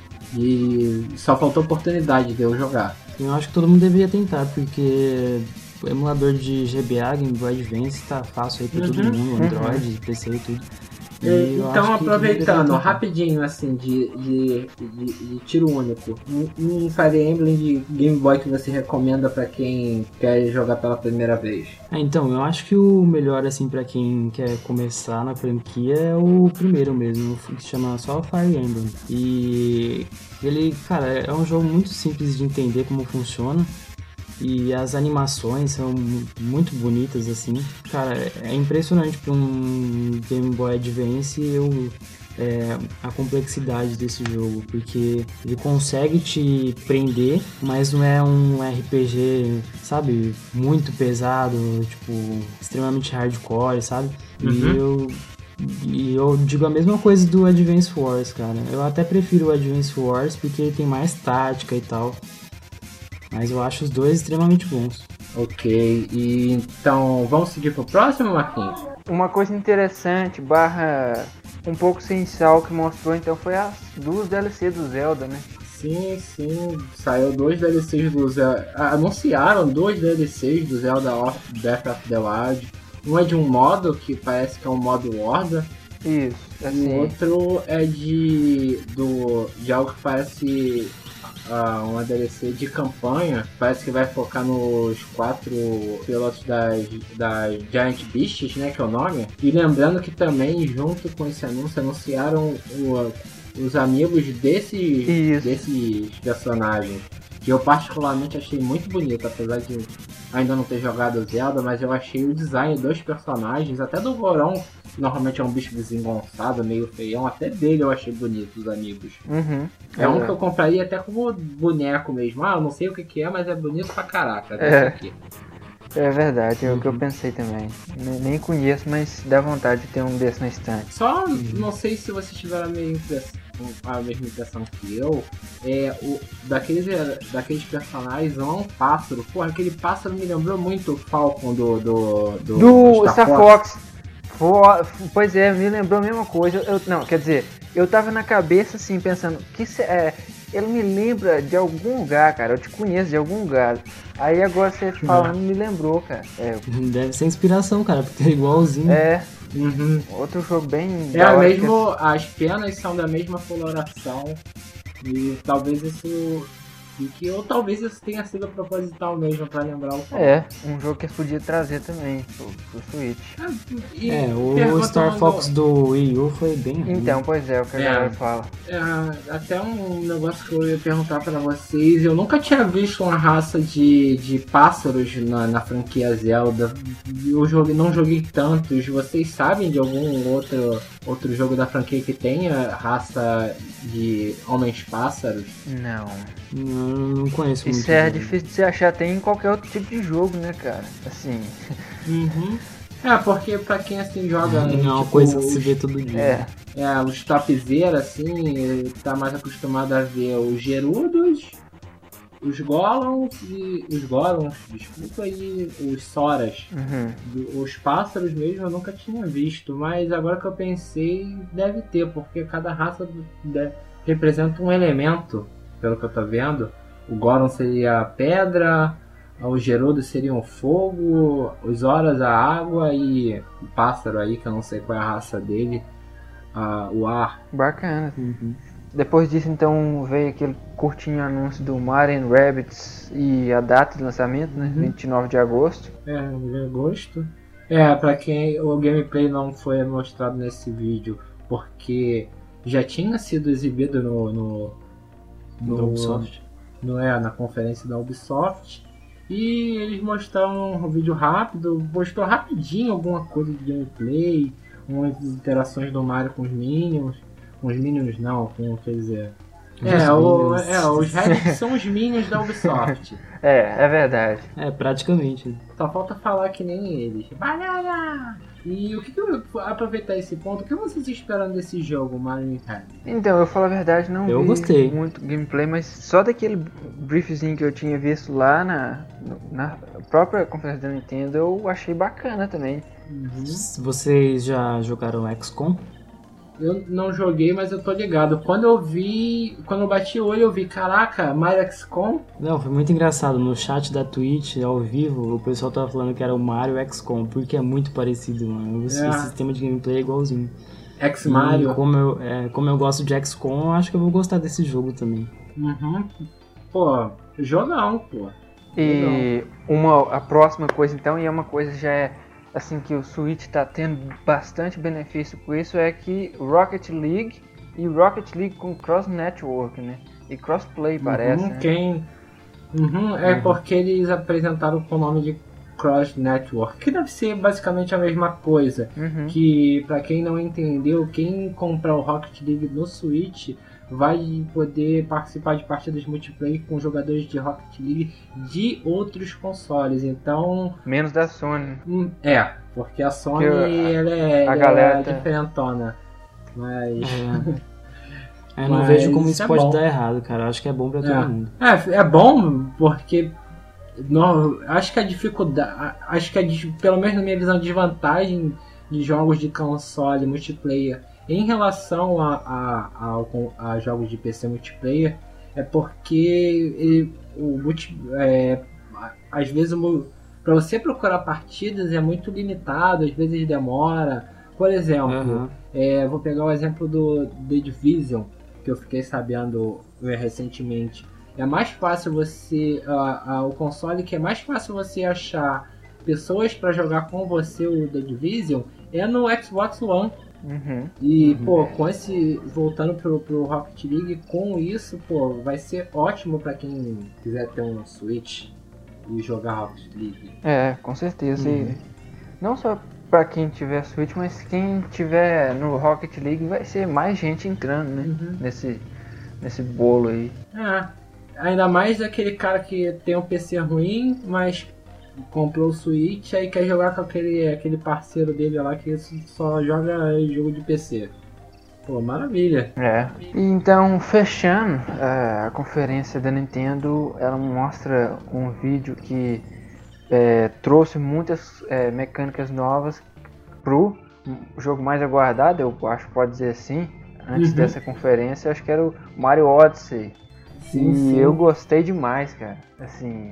S2: E só faltou oportunidade de eu jogar.
S3: Eu acho que todo mundo deveria tentar, porque o emulador de G B A, Game Boy Advance, tá fácil aí pra todo
S2: Uhum,
S3: mundo, Android, P C e tudo. E
S2: E,
S3: eu acho
S2: então,
S3: que todo mundo
S2: aproveitando,
S3: deveria tentar.
S2: rapidinho, assim, de, de, de, de tiro único, um, um Fire Emblem de Game Boy que você recomenda pra quem quer jogar pela primeira vez?
S3: Ah, então, eu acho que o melhor, assim, pra quem quer começar na franquia é o primeiro mesmo, que se chama só Fire Emblem. E ele, cara, é um jogo muito simples de entender como funciona. E as animações são muito bonitas, assim. Cara, é impressionante para um Game Boy Advance. Eu, é, a complexidade desse jogo, porque ele consegue te prender, mas não é um R P G, sabe, muito pesado, tipo, extremamente hardcore, sabe?
S2: Uhum.
S3: E eu E eu digo a mesma coisa do Advance Wars, cara. Eu até prefiro o Advance Wars porque ele tem mais tática e tal. Mas eu acho os dois extremamente bons.
S2: Ok, e então vamos seguir pro próximo, Marquinhos?
S1: Uma coisa interessante, barra um pouco sem sal que mostrou então foi as duas D L C do Zelda, né?
S2: Sim, sim, saiu dois D L Cs do Zelda. Anunciaram dois D L Cs do Zelda Breath of the Wild. Um é de um modo que parece que é um modo Horda.
S1: Isso, assim.
S2: E o outro é de, do, de algo que parece uh, uma D L C de campanha. Parece que vai focar nos quatro pilotos das, das Giant Beasts, né, que é o nome. E lembrando que também, junto com esse anúncio, anunciaram o, os amigos desses, desses personagens. Que eu particularmente achei muito bonito, apesar de ainda não ter jogado Zelda, mas eu achei o design dos personagens, até do Goron, que normalmente é um bicho desengonçado, meio feião, até dele eu achei bonito, os amigos.
S1: Uhum,
S2: é, é um que eu compraria até como boneco mesmo. Ah, eu não sei o que, que é, mas é bonito pra caraca.
S1: É,
S2: aqui.
S1: é verdade, é uhum. o que eu pensei também. Nem conheço, mas dá vontade de ter um desse na estante.
S2: Só uhum. não sei se vocês tiveram a mesma impressão, a mesma impressão que eu, é o daqueles, daqueles personagens não é um pássaro. Porra, aquele pássaro me lembrou muito o Falcon do do, do,
S1: do Star, Star Fox. Fox. Pois é, me lembrou a mesma coisa. Eu, não, quer dizer, eu tava na cabeça assim pensando que cê, é, ele me lembra de algum lugar, cara. Eu te conheço de algum lugar. Aí agora você falando me lembrou, cara. É,
S3: deve ser inspiração, cara, porque é igualzinho.
S1: É.
S2: Uhum.
S1: Outro jogo bem.
S2: É o mesmo, as penas são da mesma coloração e talvez isso fique, ou talvez isso tenha sido proposital mesmo pra lembrar o Falcon.
S1: É, um jogo que eles podiam trazer também pro, pro Switch.
S3: E é, o Star Fox do Wii U foi bem ruim.
S1: Então, pois é, o que a
S2: é,
S1: galera fala.
S2: É, até um negócio que eu ia perguntar pra vocês, eu nunca tinha visto uma raça de, de pássaros na, na franquia Zelda. Eu joguei, não joguei tantos. Vocês sabem de algum outro, outro jogo da franquia que tenha raça de homens-pássaros?
S1: Não.
S3: Não, não conheço muito.
S1: Isso é difícil de se achar até em qualquer outro tipo de jogo, né, cara? Assim.
S2: Uhum. É, porque pra quem assim joga.
S3: Não é uma tipo, coisa que se vê todo dia.
S1: É.
S2: É, os topzera, assim, tá mais acostumado a ver os Gerudos, os Golons e. Os Golons, desculpa, e os Soras.
S1: Uhum.
S2: Os pássaros mesmo eu nunca tinha visto, mas agora que eu pensei, deve ter, porque cada raça deve, representa um elemento, pelo que eu tô vendo. O Goron seria a pedra, os Gerudos seriam o fogo, os Zoras a água e o pássaro aí, que eu não sei qual é a raça dele, a, o ar.
S1: Bacana.
S3: Uhum.
S1: Depois disso, então, veio aquele curtinho anúncio do Mario and Rabbids e a data de lançamento, né?
S2: Uhum.
S1: vinte e nove de agosto.
S2: É, de agosto. É, pra quem o gameplay não foi mostrado nesse vídeo, porque já tinha sido exibido no... no,
S3: no, no Ubisoft.
S2: No, é, na conferência da Ubisoft. E eles mostraram um vídeo rápido, mostrou rapidinho alguma coisa de gameplay, umas interações do Mario com os Minions. Com os Minions não, com, quer dizer... É, o, é, os Rabbids são os Minions da Ubisoft.
S1: É, é verdade.
S3: É, praticamente.
S2: Só falta falar que nem eles. Banana! E o que, que eu aproveitar esse ponto, o que vocês esperam desse jogo, Mario e Rabbids?
S1: Então, eu falo a verdade, não
S3: eu
S1: vi
S3: gostei.
S1: muito gameplay, mas só daquele briefzinho que eu tinha visto lá na, na própria conferência da Nintendo, eu achei bacana também.
S2: Uhum.
S3: Vocês já jogaram X COM?
S2: Eu não joguei, mas eu tô ligado. Quando eu vi, quando eu bati o olho, eu vi, caraca, Mario X COM?
S3: Não, foi muito engraçado. No chat da Twitch, ao vivo, o pessoal tava falando que era o Mario X COM, porque é muito parecido, mano. O
S2: é.
S3: sistema de gameplay é igualzinho.
S2: X Mario.
S3: E como eu, é, como eu gosto de X COM, eu acho que eu vou gostar desse jogo também.
S2: Uhum. Pô, jogão, pô.
S1: E uma, a próxima coisa então, e é uma coisa já é assim que o Switch está tendo bastante benefício com isso, é que Rocket League e Rocket League com Cross Network, né? E Crossplay parece.
S2: Uhum,
S1: né?
S2: quem... Uhum, é uhum. porque eles apresentaram com o nome de Cross Network, que deve ser basicamente a mesma coisa.
S1: Uhum.
S2: Que, pra quem não entendeu, quem comprar o Rocket League no Switch vai poder participar de partidas multiplayer com jogadores de Rocket League de outros consoles. Então,
S1: Menos da Sony.
S2: hum, é, porque a Sony
S1: Que a-
S2: ela é,
S1: a
S2: ela
S1: galera
S2: é
S1: tá-
S2: diferentona. Mas.
S3: É. Eu não
S2: Mas
S3: vejo como
S2: isso
S3: isso
S2: é
S3: pode
S2: bom.
S3: dar errado, cara. Acho que é bom pra todo
S2: É.
S3: mundo.
S2: É, é bom porque no, acho que a dificuldade, acho que a, dis- pelo menos na minha visão, a desvantagem de jogos de console multiplayer em relação a, a, ao- a jogos de P C multiplayer é porque ele- o multi, é, a- às vezes para você procurar partidas é muito limitado, às vezes demora. Por exemplo,
S3: Aham.
S2: é, vou pegar o exemplo do The Division, que eu fiquei sabendo é, recentemente. É mais fácil você. ah, ah, o console que é mais fácil você achar pessoas para jogar com você o The Division é no Xbox One.
S1: Uhum.
S2: E,
S3: Uhum.
S2: pô, com esse. Voltando pro, pro Rocket League, com isso, pô, vai ser ótimo para quem quiser ter um Switch e jogar Rocket League.
S1: É, com certeza. E
S3: Uhum.
S1: não só pra quem tiver Switch, mas quem tiver no Rocket League vai ser mais gente entrando, né?
S2: Uhum.
S1: Nesse, nesse bolo aí.
S2: É, ainda mais daquele cara que tem um P C ruim, mas comprou o Switch aí quer jogar com aquele, aquele parceiro dele lá que só joga jogo de P C. Pô, maravilha.
S1: É. E então, fechando é, a conferência da Nintendo, ela mostra um vídeo que é, trouxe muitas é, mecânicas novas pro jogo mais aguardado, eu acho que pode dizer assim, antes
S2: Uhum.
S1: dessa conferência, acho que era o Mario Odyssey.
S2: Sim,
S1: e
S2: sim.
S1: eu gostei demais, cara. Assim,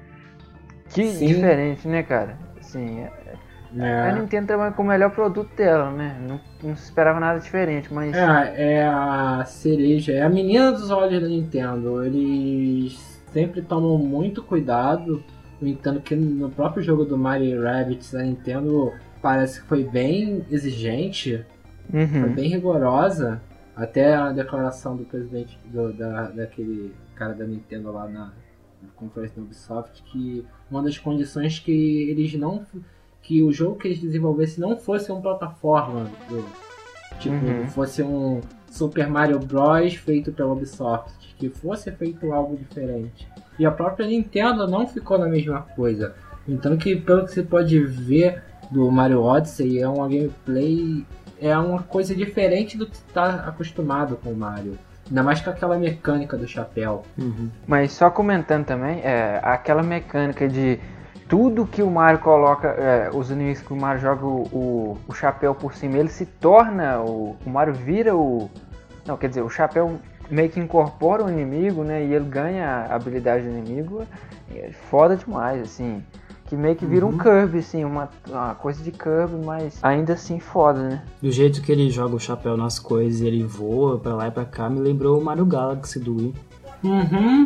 S1: que
S2: Sim.
S1: diferente, né, cara? Assim, a
S2: É,
S1: Nintendo trabalha com o melhor produto dela, né? Não, não se esperava nada diferente, mas
S2: é, é a cereja, é a menina dos olhos da Nintendo. Eles sempre tomam muito cuidado. No entanto, que no próprio jogo do Mario Rabbids, a Nintendo parece que foi bem exigente. Foi
S1: Uhum.
S2: bem rigorosa, até a declaração do presidente do, da, daquele cara da Nintendo lá na, na conferência da Ubisoft, que uma das condições que eles não que o jogo que eles desenvolvessem não fosse uma plataforma do, tipo,
S1: Uhum.
S2: fosse um Super Mario Bros feito pela Ubisoft, que fosse feito algo diferente. E a própria Nintendo não ficou na mesma coisa. Então, que pelo que você pode ver do Mario Odyssey, é uma gameplay, é uma coisa diferente do que você está acostumado com o Mario. Ainda mais com aquela mecânica do chapéu.
S3: Uhum.
S1: Mas só comentando também, é, aquela mecânica de tudo que o Mario coloca, é, os inimigos que o Mario joga o, o, o chapéu por cima, ele se torna, o, o Mario vira o... Não, quer dizer, o chapéu meio que incorpora o inimigo, né, e ele ganha a habilidade do inimigo, é foda demais, assim. Que meio que vira
S3: Uhum.
S1: um Kirby, assim, uma, uma coisa de Kirby, mas ainda assim foda, né?
S3: Do jeito que ele joga o chapéu nas coisas e ele voa pra lá e pra cá, me lembrou o Mario Galaxy do Wii.
S2: Uhum.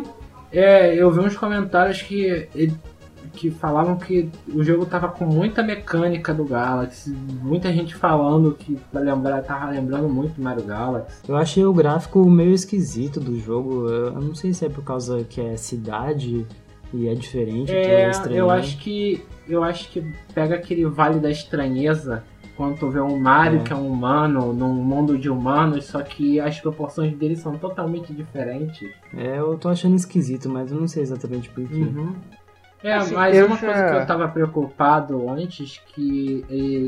S2: É, eu vi uns comentários que, ele- que falavam que o jogo tava com muita mecânica do Galaxy. Muita gente falando que pra lembrar, tava lembrando muito do Mario Galaxy.
S3: Eu achei o gráfico meio esquisito do jogo. Eu eu não sei se é por causa que é cidade e é diferente. que
S2: É,
S3: estranho.
S2: eu acho que eu acho que pega aquele Vale da Estranheza quando tu vê um Mario
S3: É.
S2: que é um humano num mundo de humanos, só que as proporções dele são totalmente diferentes.
S3: É, eu tô achando esquisito, mas eu não sei exatamente por quê.
S2: Uhum. É,
S1: Assim,
S2: mas
S1: eu
S2: uma
S1: já-
S2: coisa que eu tava preocupado antes que ele-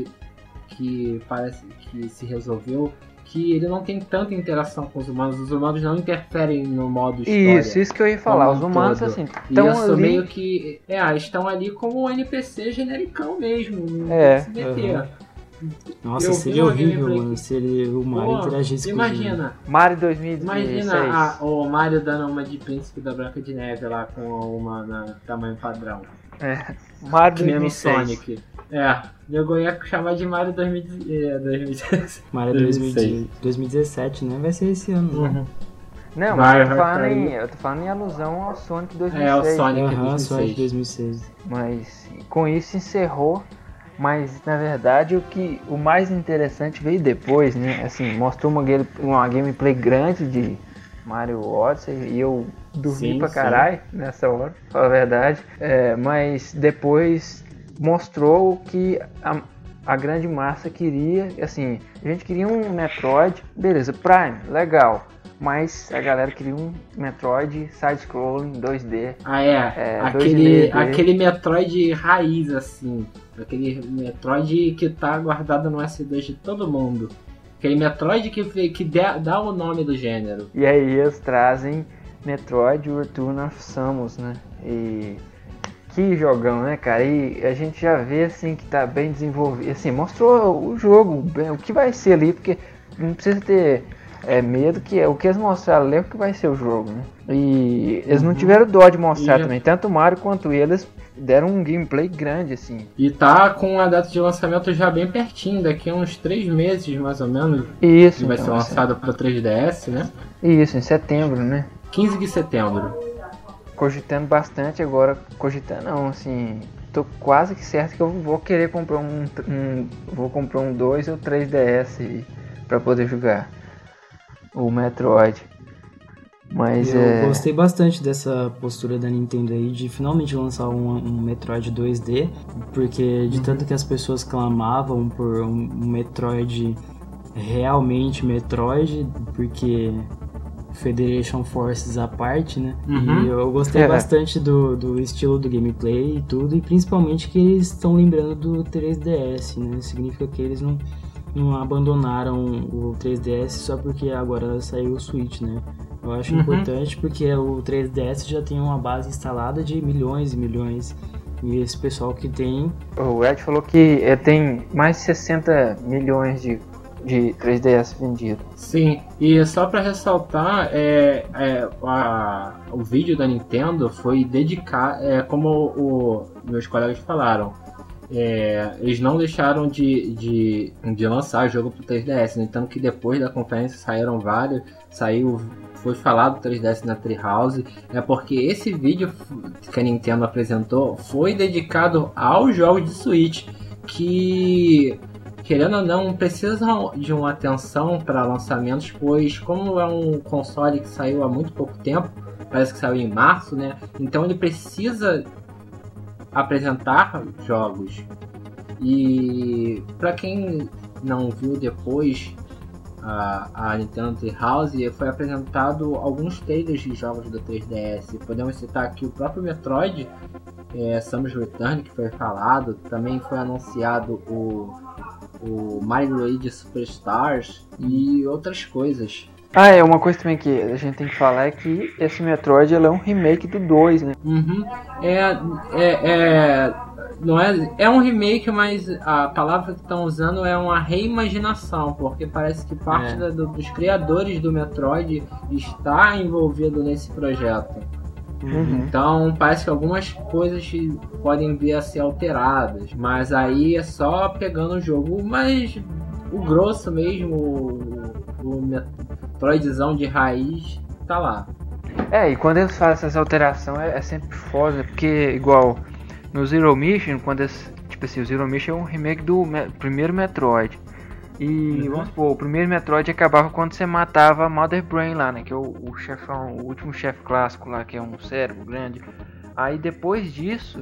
S2: que parece que se resolveu, que ele não tem tanta interação com os humanos, os humanos não interferem no modo história.
S1: Isso, isso que eu ia falar.
S2: como
S1: Os
S2: um
S1: humanos,
S2: todo.
S1: assim,
S2: E
S1: estão
S2: isso
S1: ali...
S2: meio que. É, estão ali como um N P C genericão mesmo. Não
S1: É,
S2: tem que se meter.
S3: uhum. Nossa,
S2: Eu vi
S3: seria
S2: uma
S3: horrível,
S2: gameplay
S3: mano,
S2: que-
S3: se ele, o Mario
S2: Pô,
S3: interagisse com os
S2: imagina,
S1: Mario dois mil e dezesseis.
S2: imagina a- o Mario dando uma de Príncipe da Branca de Neve lá com uma na tamanho padrão.
S1: É, Mario
S2: Que nem
S1: dois mil
S2: no
S1: e seis.
S2: Sonic. É, eu ia chamar de Mario dois mil e dezesseis.
S3: Mario dois mil e dois mil e dezessete, né? Vai ser esse ano, né?
S2: Uhum.
S1: Não,
S2: Vai,
S1: mas eu tô,
S2: vai
S1: falando
S2: cair.
S1: em, eu tô falando em alusão ao Sonic dois mil
S2: É,
S1: e
S2: o
S1: seis.
S2: Sonic
S3: Aham,
S2: dois mil e
S3: Sonic
S2: seis.
S3: dois mil e seis.
S1: Mas com isso encerrou. Mas na verdade o que o mais interessante veio depois, né? Assim, mostrou uma, game, uma gameplay grande de Mario Odyssey e eu dormi
S2: Sim,
S1: pra
S2: sim.
S1: caralho nessa hora, pra falar a verdade. É, mas depois mostrou o que a, a grande massa queria. Assim, a gente queria um Metroid, beleza, Prime, legal. Mas a galera queria um Metroid side-scrolling dois D.
S2: Ah, é.
S1: é
S2: aquele, aquele Metroid raiz, assim. Aquele Metroid que tá guardado no S dois de todo mundo. Aquele Metroid que, que dá o nome do gênero.
S1: E aí eles trazem Metroid Return of Samus, né? E que jogão, né, cara? E a gente já vê, assim, que tá bem desenvolvido. Assim, mostrou o jogo, o que vai ser ali, porque não precisa ter... É medo que o que eles mostraram ali é o que vai ser o jogo, né? E eles uhum. não tiveram dó de mostrar e também. Tanto o Mario quanto eles deram um gameplay grande, assim.
S2: E tá com a data de lançamento já bem pertinho, daqui a uns três meses mais ou menos.
S1: Isso,
S2: vai
S1: então,
S2: ser lançado para três D S, né?
S1: Isso, em setembro, né?
S2: quinze de setembro.
S1: Cogitando bastante agora, cogitando não, assim... Tô quase que certo que eu vou querer comprar um... um vou comprar um dois ou três D S para poder jogar o Metroid. Mas
S3: eu
S1: é...
S3: gostei bastante dessa postura da Nintendo aí de finalmente lançar um, um Metroid dois D, porque de uhum. tanto que as pessoas clamavam por um, um Metroid realmente Metroid, porque Federation Forces à parte, né? Uhum. E eu gostei é. bastante do, do estilo do gameplay e tudo, e principalmente que eles estão lembrando do três D S, né? Significa que eles não não abandonaram o três D S só porque agora saiu o Switch, né? Eu acho uhum. importante porque o três D S já tem uma base instalada de milhões e milhões. E esse pessoal que tem...
S1: O Ed falou que é, tem mais de sessenta milhões de, de três D S vendidos.
S2: Sim, e só para ressaltar, é, é, a, o vídeo da Nintendo foi dedicado, é, como o, meus colegas falaram, É, eles não deixaram de, de, de lançar o jogo pro três D S, né? Tanto que depois da conferência saíram vários, saiu, foi falado do três D S na Treehouse, é porque esse vídeo que a Nintendo apresentou foi dedicado aos jogos de Switch, que, querendo ou não, precisam de uma atenção para lançamentos, pois como é um console que saiu há muito pouco tempo, parece que saiu em março, né? Então ele precisa apresentar jogos. E para quem não viu depois a, a Nintendo Treehouse, foi apresentado alguns trailers de jogos do três D S. Podemos citar aqui o próprio Metroid, é, Samus Return, que foi falado. Também foi anunciado o, o Mario Luigi Superstars e outras coisas.
S1: Ah, é uma coisa também que a gente tem que falar é que esse Metroid ele é um remake do dois, né?
S2: Uhum. É, é, é, não é, é um remake, mas a palavra que estão usando é uma reimaginação, porque parece que parte é. da, do, dos criadores do Metroid está envolvido nesse projeto. Uhum. Então parece que algumas coisas podem vir a ser alteradas, mas aí é só pegando o jogo, mas o grosso mesmo, o, o Metroidzão de raiz tá lá.
S1: É, e quando eles fazem essas alterações é, é sempre foda, porque igual no Zero Mission, quando eles, tipo assim, o Zero Mission é um remake do me- primeiro Metroid. E uhum. vamos supor, o primeiro Metroid acabava quando você matava a Mother Brain lá, né? Que é o, o chefão, o último chefe clássico lá, que é um cérebro grande. Aí depois disso,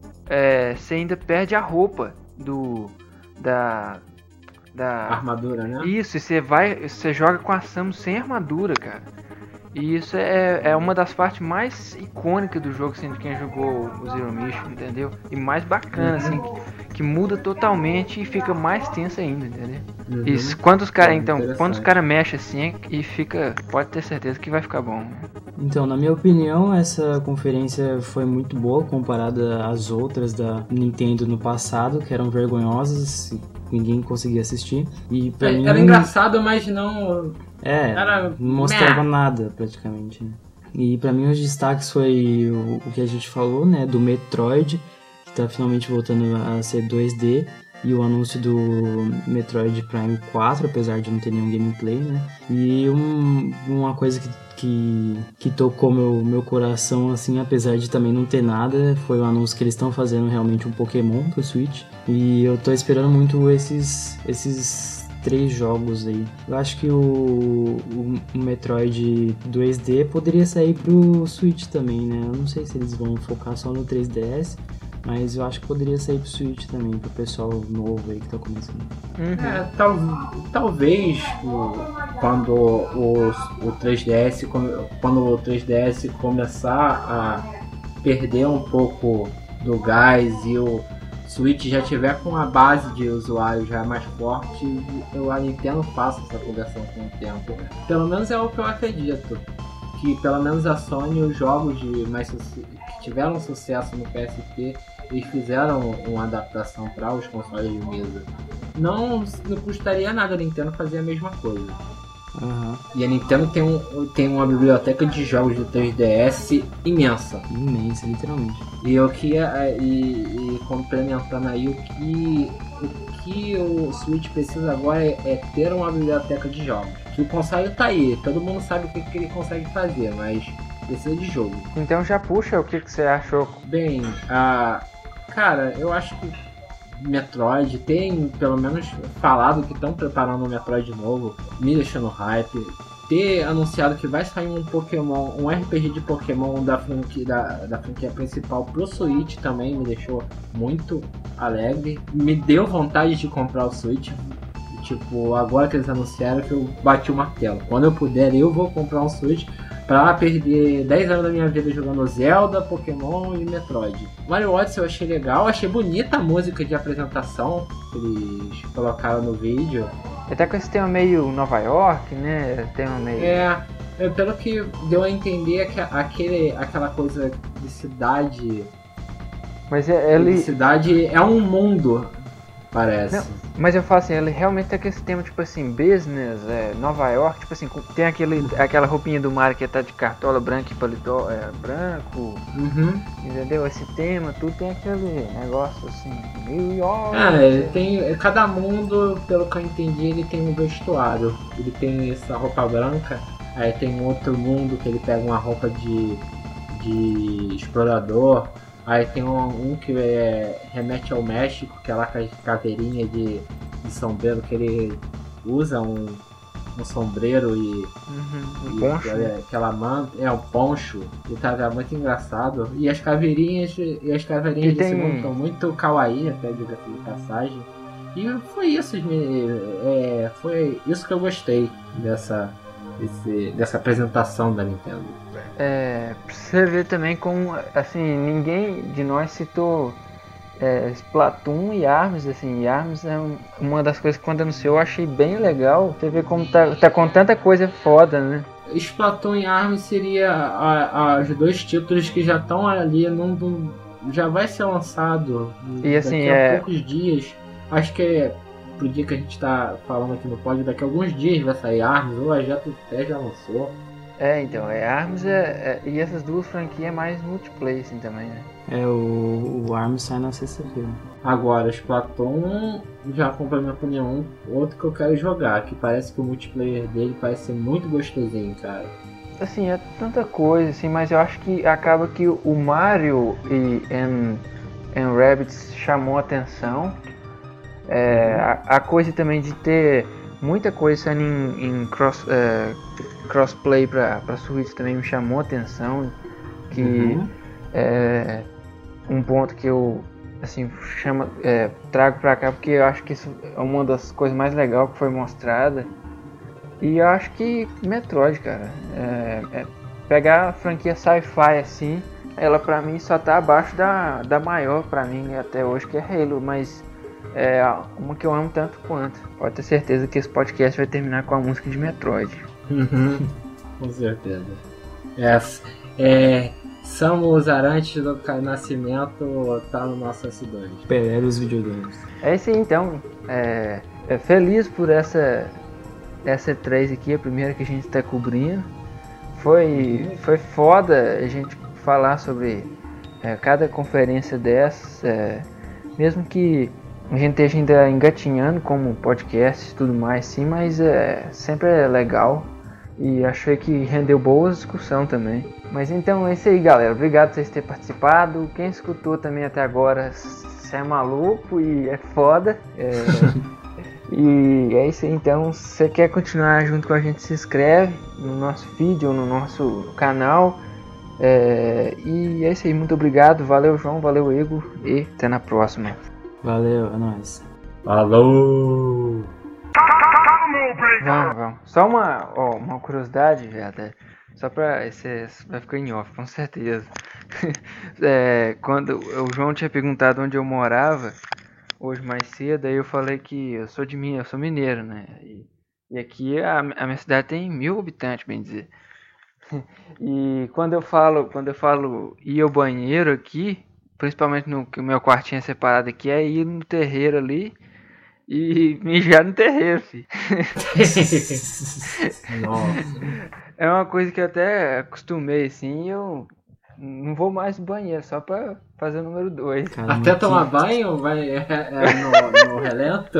S1: é, você ainda perde a roupa do... da... da
S2: armadura, né?
S1: Isso, e você vai, você joga com a Samus sem armadura, cara. E isso é, é uma das partes mais icônicas do jogo, assim, de quem jogou o Zero Mission, entendeu? E mais bacana, uhum. assim, que, que muda totalmente e fica mais tenso ainda, entendeu? Uhum. E quando os caras, então, quando os caras mexem assim e fica, pode ter certeza que vai ficar bom.
S3: Então, na minha opinião, essa conferência foi muito boa comparada às outras da Nintendo no passado, que eram vergonhosas, ninguém conseguia assistir. E pra
S2: é,
S3: mim,
S2: era engraçado, mas não...
S3: É,
S2: era...
S3: não mostrava Meh. nada praticamente. Né? E pra mim os destaques foi o, o que a gente falou, né, do Metroid, que tá finalmente voltando a ser dois D, e o anúncio do Metroid Prime quatro, apesar de não ter nenhum gameplay, né? E um, uma coisa que, que, que tocou meu, meu coração, assim, apesar de também não ter nada, foi o anúncio que eles estão fazendo realmente um Pokémon pro Switch. E eu tô esperando muito esses... esses três jogos aí. Eu acho que o, o, o Metroid dois D poderia sair pro Switch também, né? Eu não sei se eles vão focar só no três D S, Mas eu acho que poderia sair pro Switch também, pro pessoal novo aí que tá começando.
S2: Uhum. É, tal, talvez o, quando o, o três D S quando o três D S começar a perder um pouco do gás e o Switch já tiver com a base de usuário já mais forte, eu, a Nintendo faça essa conversão com o tempo. Pelo menos é o que eu acredito. Que pelo menos a Sony, os jogos de mais que tiveram sucesso no P S P, eles fizeram uma adaptação para os consoles de mesa. Não, não custaria nada a Nintendo fazer a mesma coisa.
S3: Uhum.
S2: E a Nintendo tem, um, tem uma biblioteca de jogos de três D S imensa.
S3: Imensa, literalmente.
S2: E eu queria, e, e complementando aí, o que, o que o Switch precisa agora é, é ter uma biblioteca de jogos. Que o console tá aí, todo mundo sabe o que, que ele consegue fazer, mas precisa de jogo.
S1: Então já puxa, o que, que você achou?
S2: Bem, a... cara, eu acho que Metroid tem pelo menos falado que estão preparando um Metroid novo, me deixou no hype. Ter anunciado que vai sair um Pokémon, um R P G de Pokémon da franquia, da, da franquia principal pro Switch também me deixou muito alegre. Me deu vontade de comprar o Switch. Tipo, agora que eles anunciaram, que eu bati o martelo. Quando eu puder, eu vou comprar um Switch pra perder dez anos da minha vida jogando Zelda, Pokémon e Metroid. Mario Odyssey eu achei legal, achei bonita a música de apresentação que eles colocaram no vídeo.
S1: Até com esse tema meio Nova York, né? Tema meio...
S2: É, é, pelo que deu a entender que aquele, aquela coisa de cidade...
S1: Mas é, ele...
S2: De cidade é um mundo, parece.
S1: Não, mas eu falo assim, ele realmente tem esse tema, tipo assim, business, é, Nova York, tipo assim, tem aquele, aquela roupinha do Mario que tá de cartola branca e paletó é, branco,
S2: uhum.
S1: Entendeu? Esse tema, tudo tem aquele negócio assim, New York.
S2: Ah, ele tem, cada mundo, pelo que eu entendi, ele tem um vestuário. Ele tem essa roupa branca, aí tem outro mundo que ele pega uma roupa de, de explorador. Aí tem um, um que é, remete ao México, que é lá com a caveirinha de, de sombreiro, que ele usa um, um sombreiro e,
S1: uhum, um
S2: e
S1: poncho.
S2: É, aquela manta, é um poncho, e tá muito engraçado. E as caveirinhas, e as caveirinhas
S1: e
S2: de
S1: tem...
S2: segundo estão muito kawaii, até diga-se de passagem. E foi isso, é, foi isso que eu gostei dessa, desse, dessa apresentação da Nintendo.
S1: É, pra você ver também como, assim, ninguém de nós citou é, Splatoon e ARMS, assim, e ARMS é um, uma das coisas que quando anunciou eu achei bem legal, você vê como tá, tá com tanta coisa foda, né?
S2: Splatoon e ARMS seria a, a, os dois títulos que já estão ali, num, já vai ser lançado
S1: e, assim,
S2: daqui a
S1: é...
S2: poucos dias, acho que é pro dia que a gente tá falando aqui no pódio, daqui a alguns dias vai sair ARMS, ou a J T já lançou.
S1: É, então, é ARMS é, é, e essas duas franquias é mais multiplayer assim também, né?
S3: É, o, o ARMS sai na sexta-feira.
S2: Agora, Splatoon, já comprei minha opinião, outro que eu quero jogar, que parece que o multiplayer dele parece ser muito gostosinho, cara.
S1: Assim, é tanta coisa, assim, mas eu acho que acaba que o Mario e and, and Rabbids chamou a atenção. É, uhum. a, a coisa também de ter muita coisa saindo em, em cross, uh, crossplay pra, pra Switch também me chamou a atenção. Que uhum. é um ponto que eu assim, chama, é, trago pra cá porque eu acho que isso é uma das coisas mais legais que foi mostrada. E eu acho que Metroid, cara, é, é pegar a franquia sci-fi assim, ela pra mim só tá abaixo da, da maior pra mim até hoje, que é Halo, mas é uma que eu amo tanto quanto. Pode ter certeza que esse podcast vai terminar com a música de Metroid.
S2: Uhum. Com certeza. É, é, Samus Arantes do Nascimento tá no nosso S dois.
S3: Pelé os videogames.
S1: É isso aí, então. É, é feliz por essa essa E três aqui, a primeira que a gente está cobrindo. Foi, foi foda a gente falar sobre é, cada conferência dessas, é, mesmo que a gente esteja ainda engatinhando como podcast e tudo mais, sim, mas é, sempre é legal e achei que rendeu boa discussão também. Mas então é isso aí, galera. Obrigado por vocês terem participado. Quem escutou também até agora, você é maluco e é foda. É... E é isso aí, então, se você quer continuar junto com a gente, se inscreve no nosso feed ou no nosso canal É, e é isso aí, muito obrigado, valeu João, valeu Igor e até na próxima.
S3: Valeu, é nóis.
S2: Falou!
S1: Vamos, vamos. Só uma, ó, uma curiosidade, velho. Só pra. Esse vai ficar em off, com certeza. É, quando o João tinha perguntado onde eu morava, hoje mais cedo, aí eu falei que eu sou de Minas, eu sou mineiro, né? E, e aqui a, a minha cidade tem mil habitantes, bem dizer. E quando eu falo, quando eu falo ir ao banheiro aqui, principalmente no que o meu quartinho é separado aqui, é ir no terreiro ali e mijar no terreiro, filho.
S2: Nossa.
S1: É uma coisa que eu até acostumei, assim, eu não vou mais no banheiro, só pra fazer o número dois.
S2: Até tomar banho vai é, é no, no relento?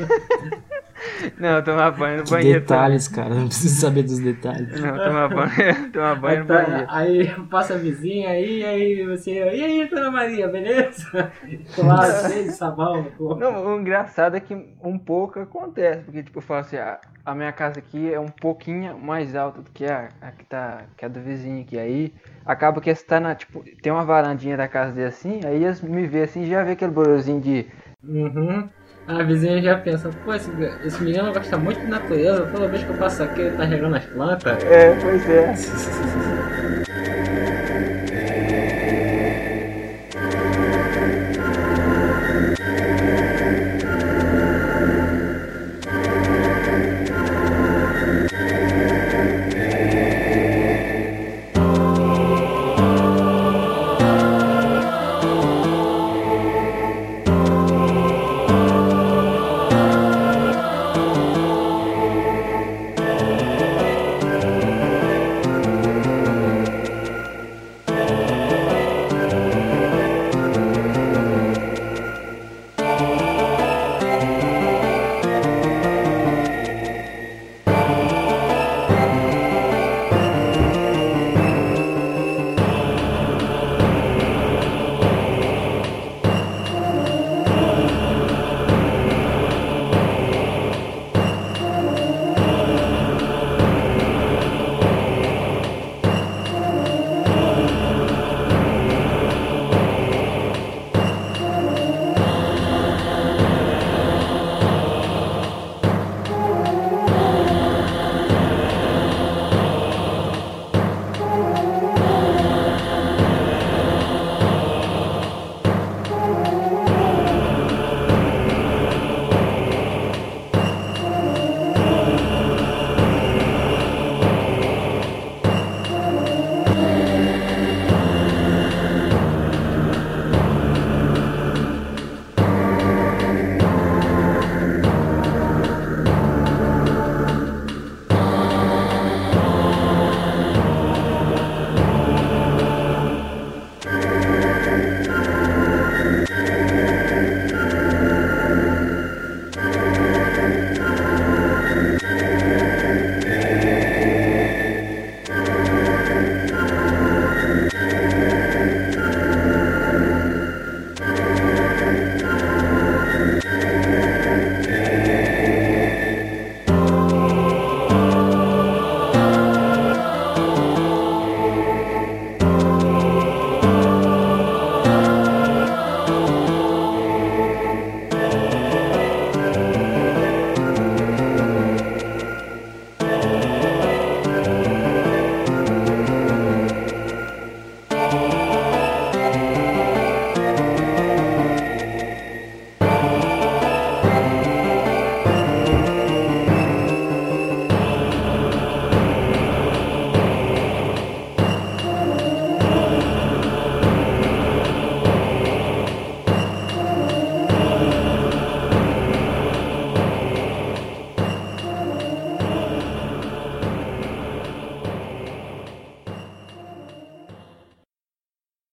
S1: Não, tomar banho no
S3: Que
S1: banheiro.
S3: detalhes, também. Cara, não preciso saber dos detalhes.
S1: Não, tomar banho, tomar banho
S2: aí,
S1: no banheiro.
S2: Aí passa a vizinha aí, aí você, e aí, Dona Maria, beleza? Claro, cheio de sabão.
S1: Não, o engraçado é que um pouco acontece, porque tipo, eu falo assim, a, a minha casa aqui é um pouquinho mais alta do que a, a que tá, que é do vizinho aqui, aí acaba que você tá na, tipo, tem uma varandinha da casa dele assim, aí eles me vê assim, já vê aquele barulhozinho de...
S2: Uhum. A vizinha já pensa, pô, esse, esse menino gosta muito de natureza, toda vez que eu passo aqui ele tá regando as plantas.
S1: É, pois é.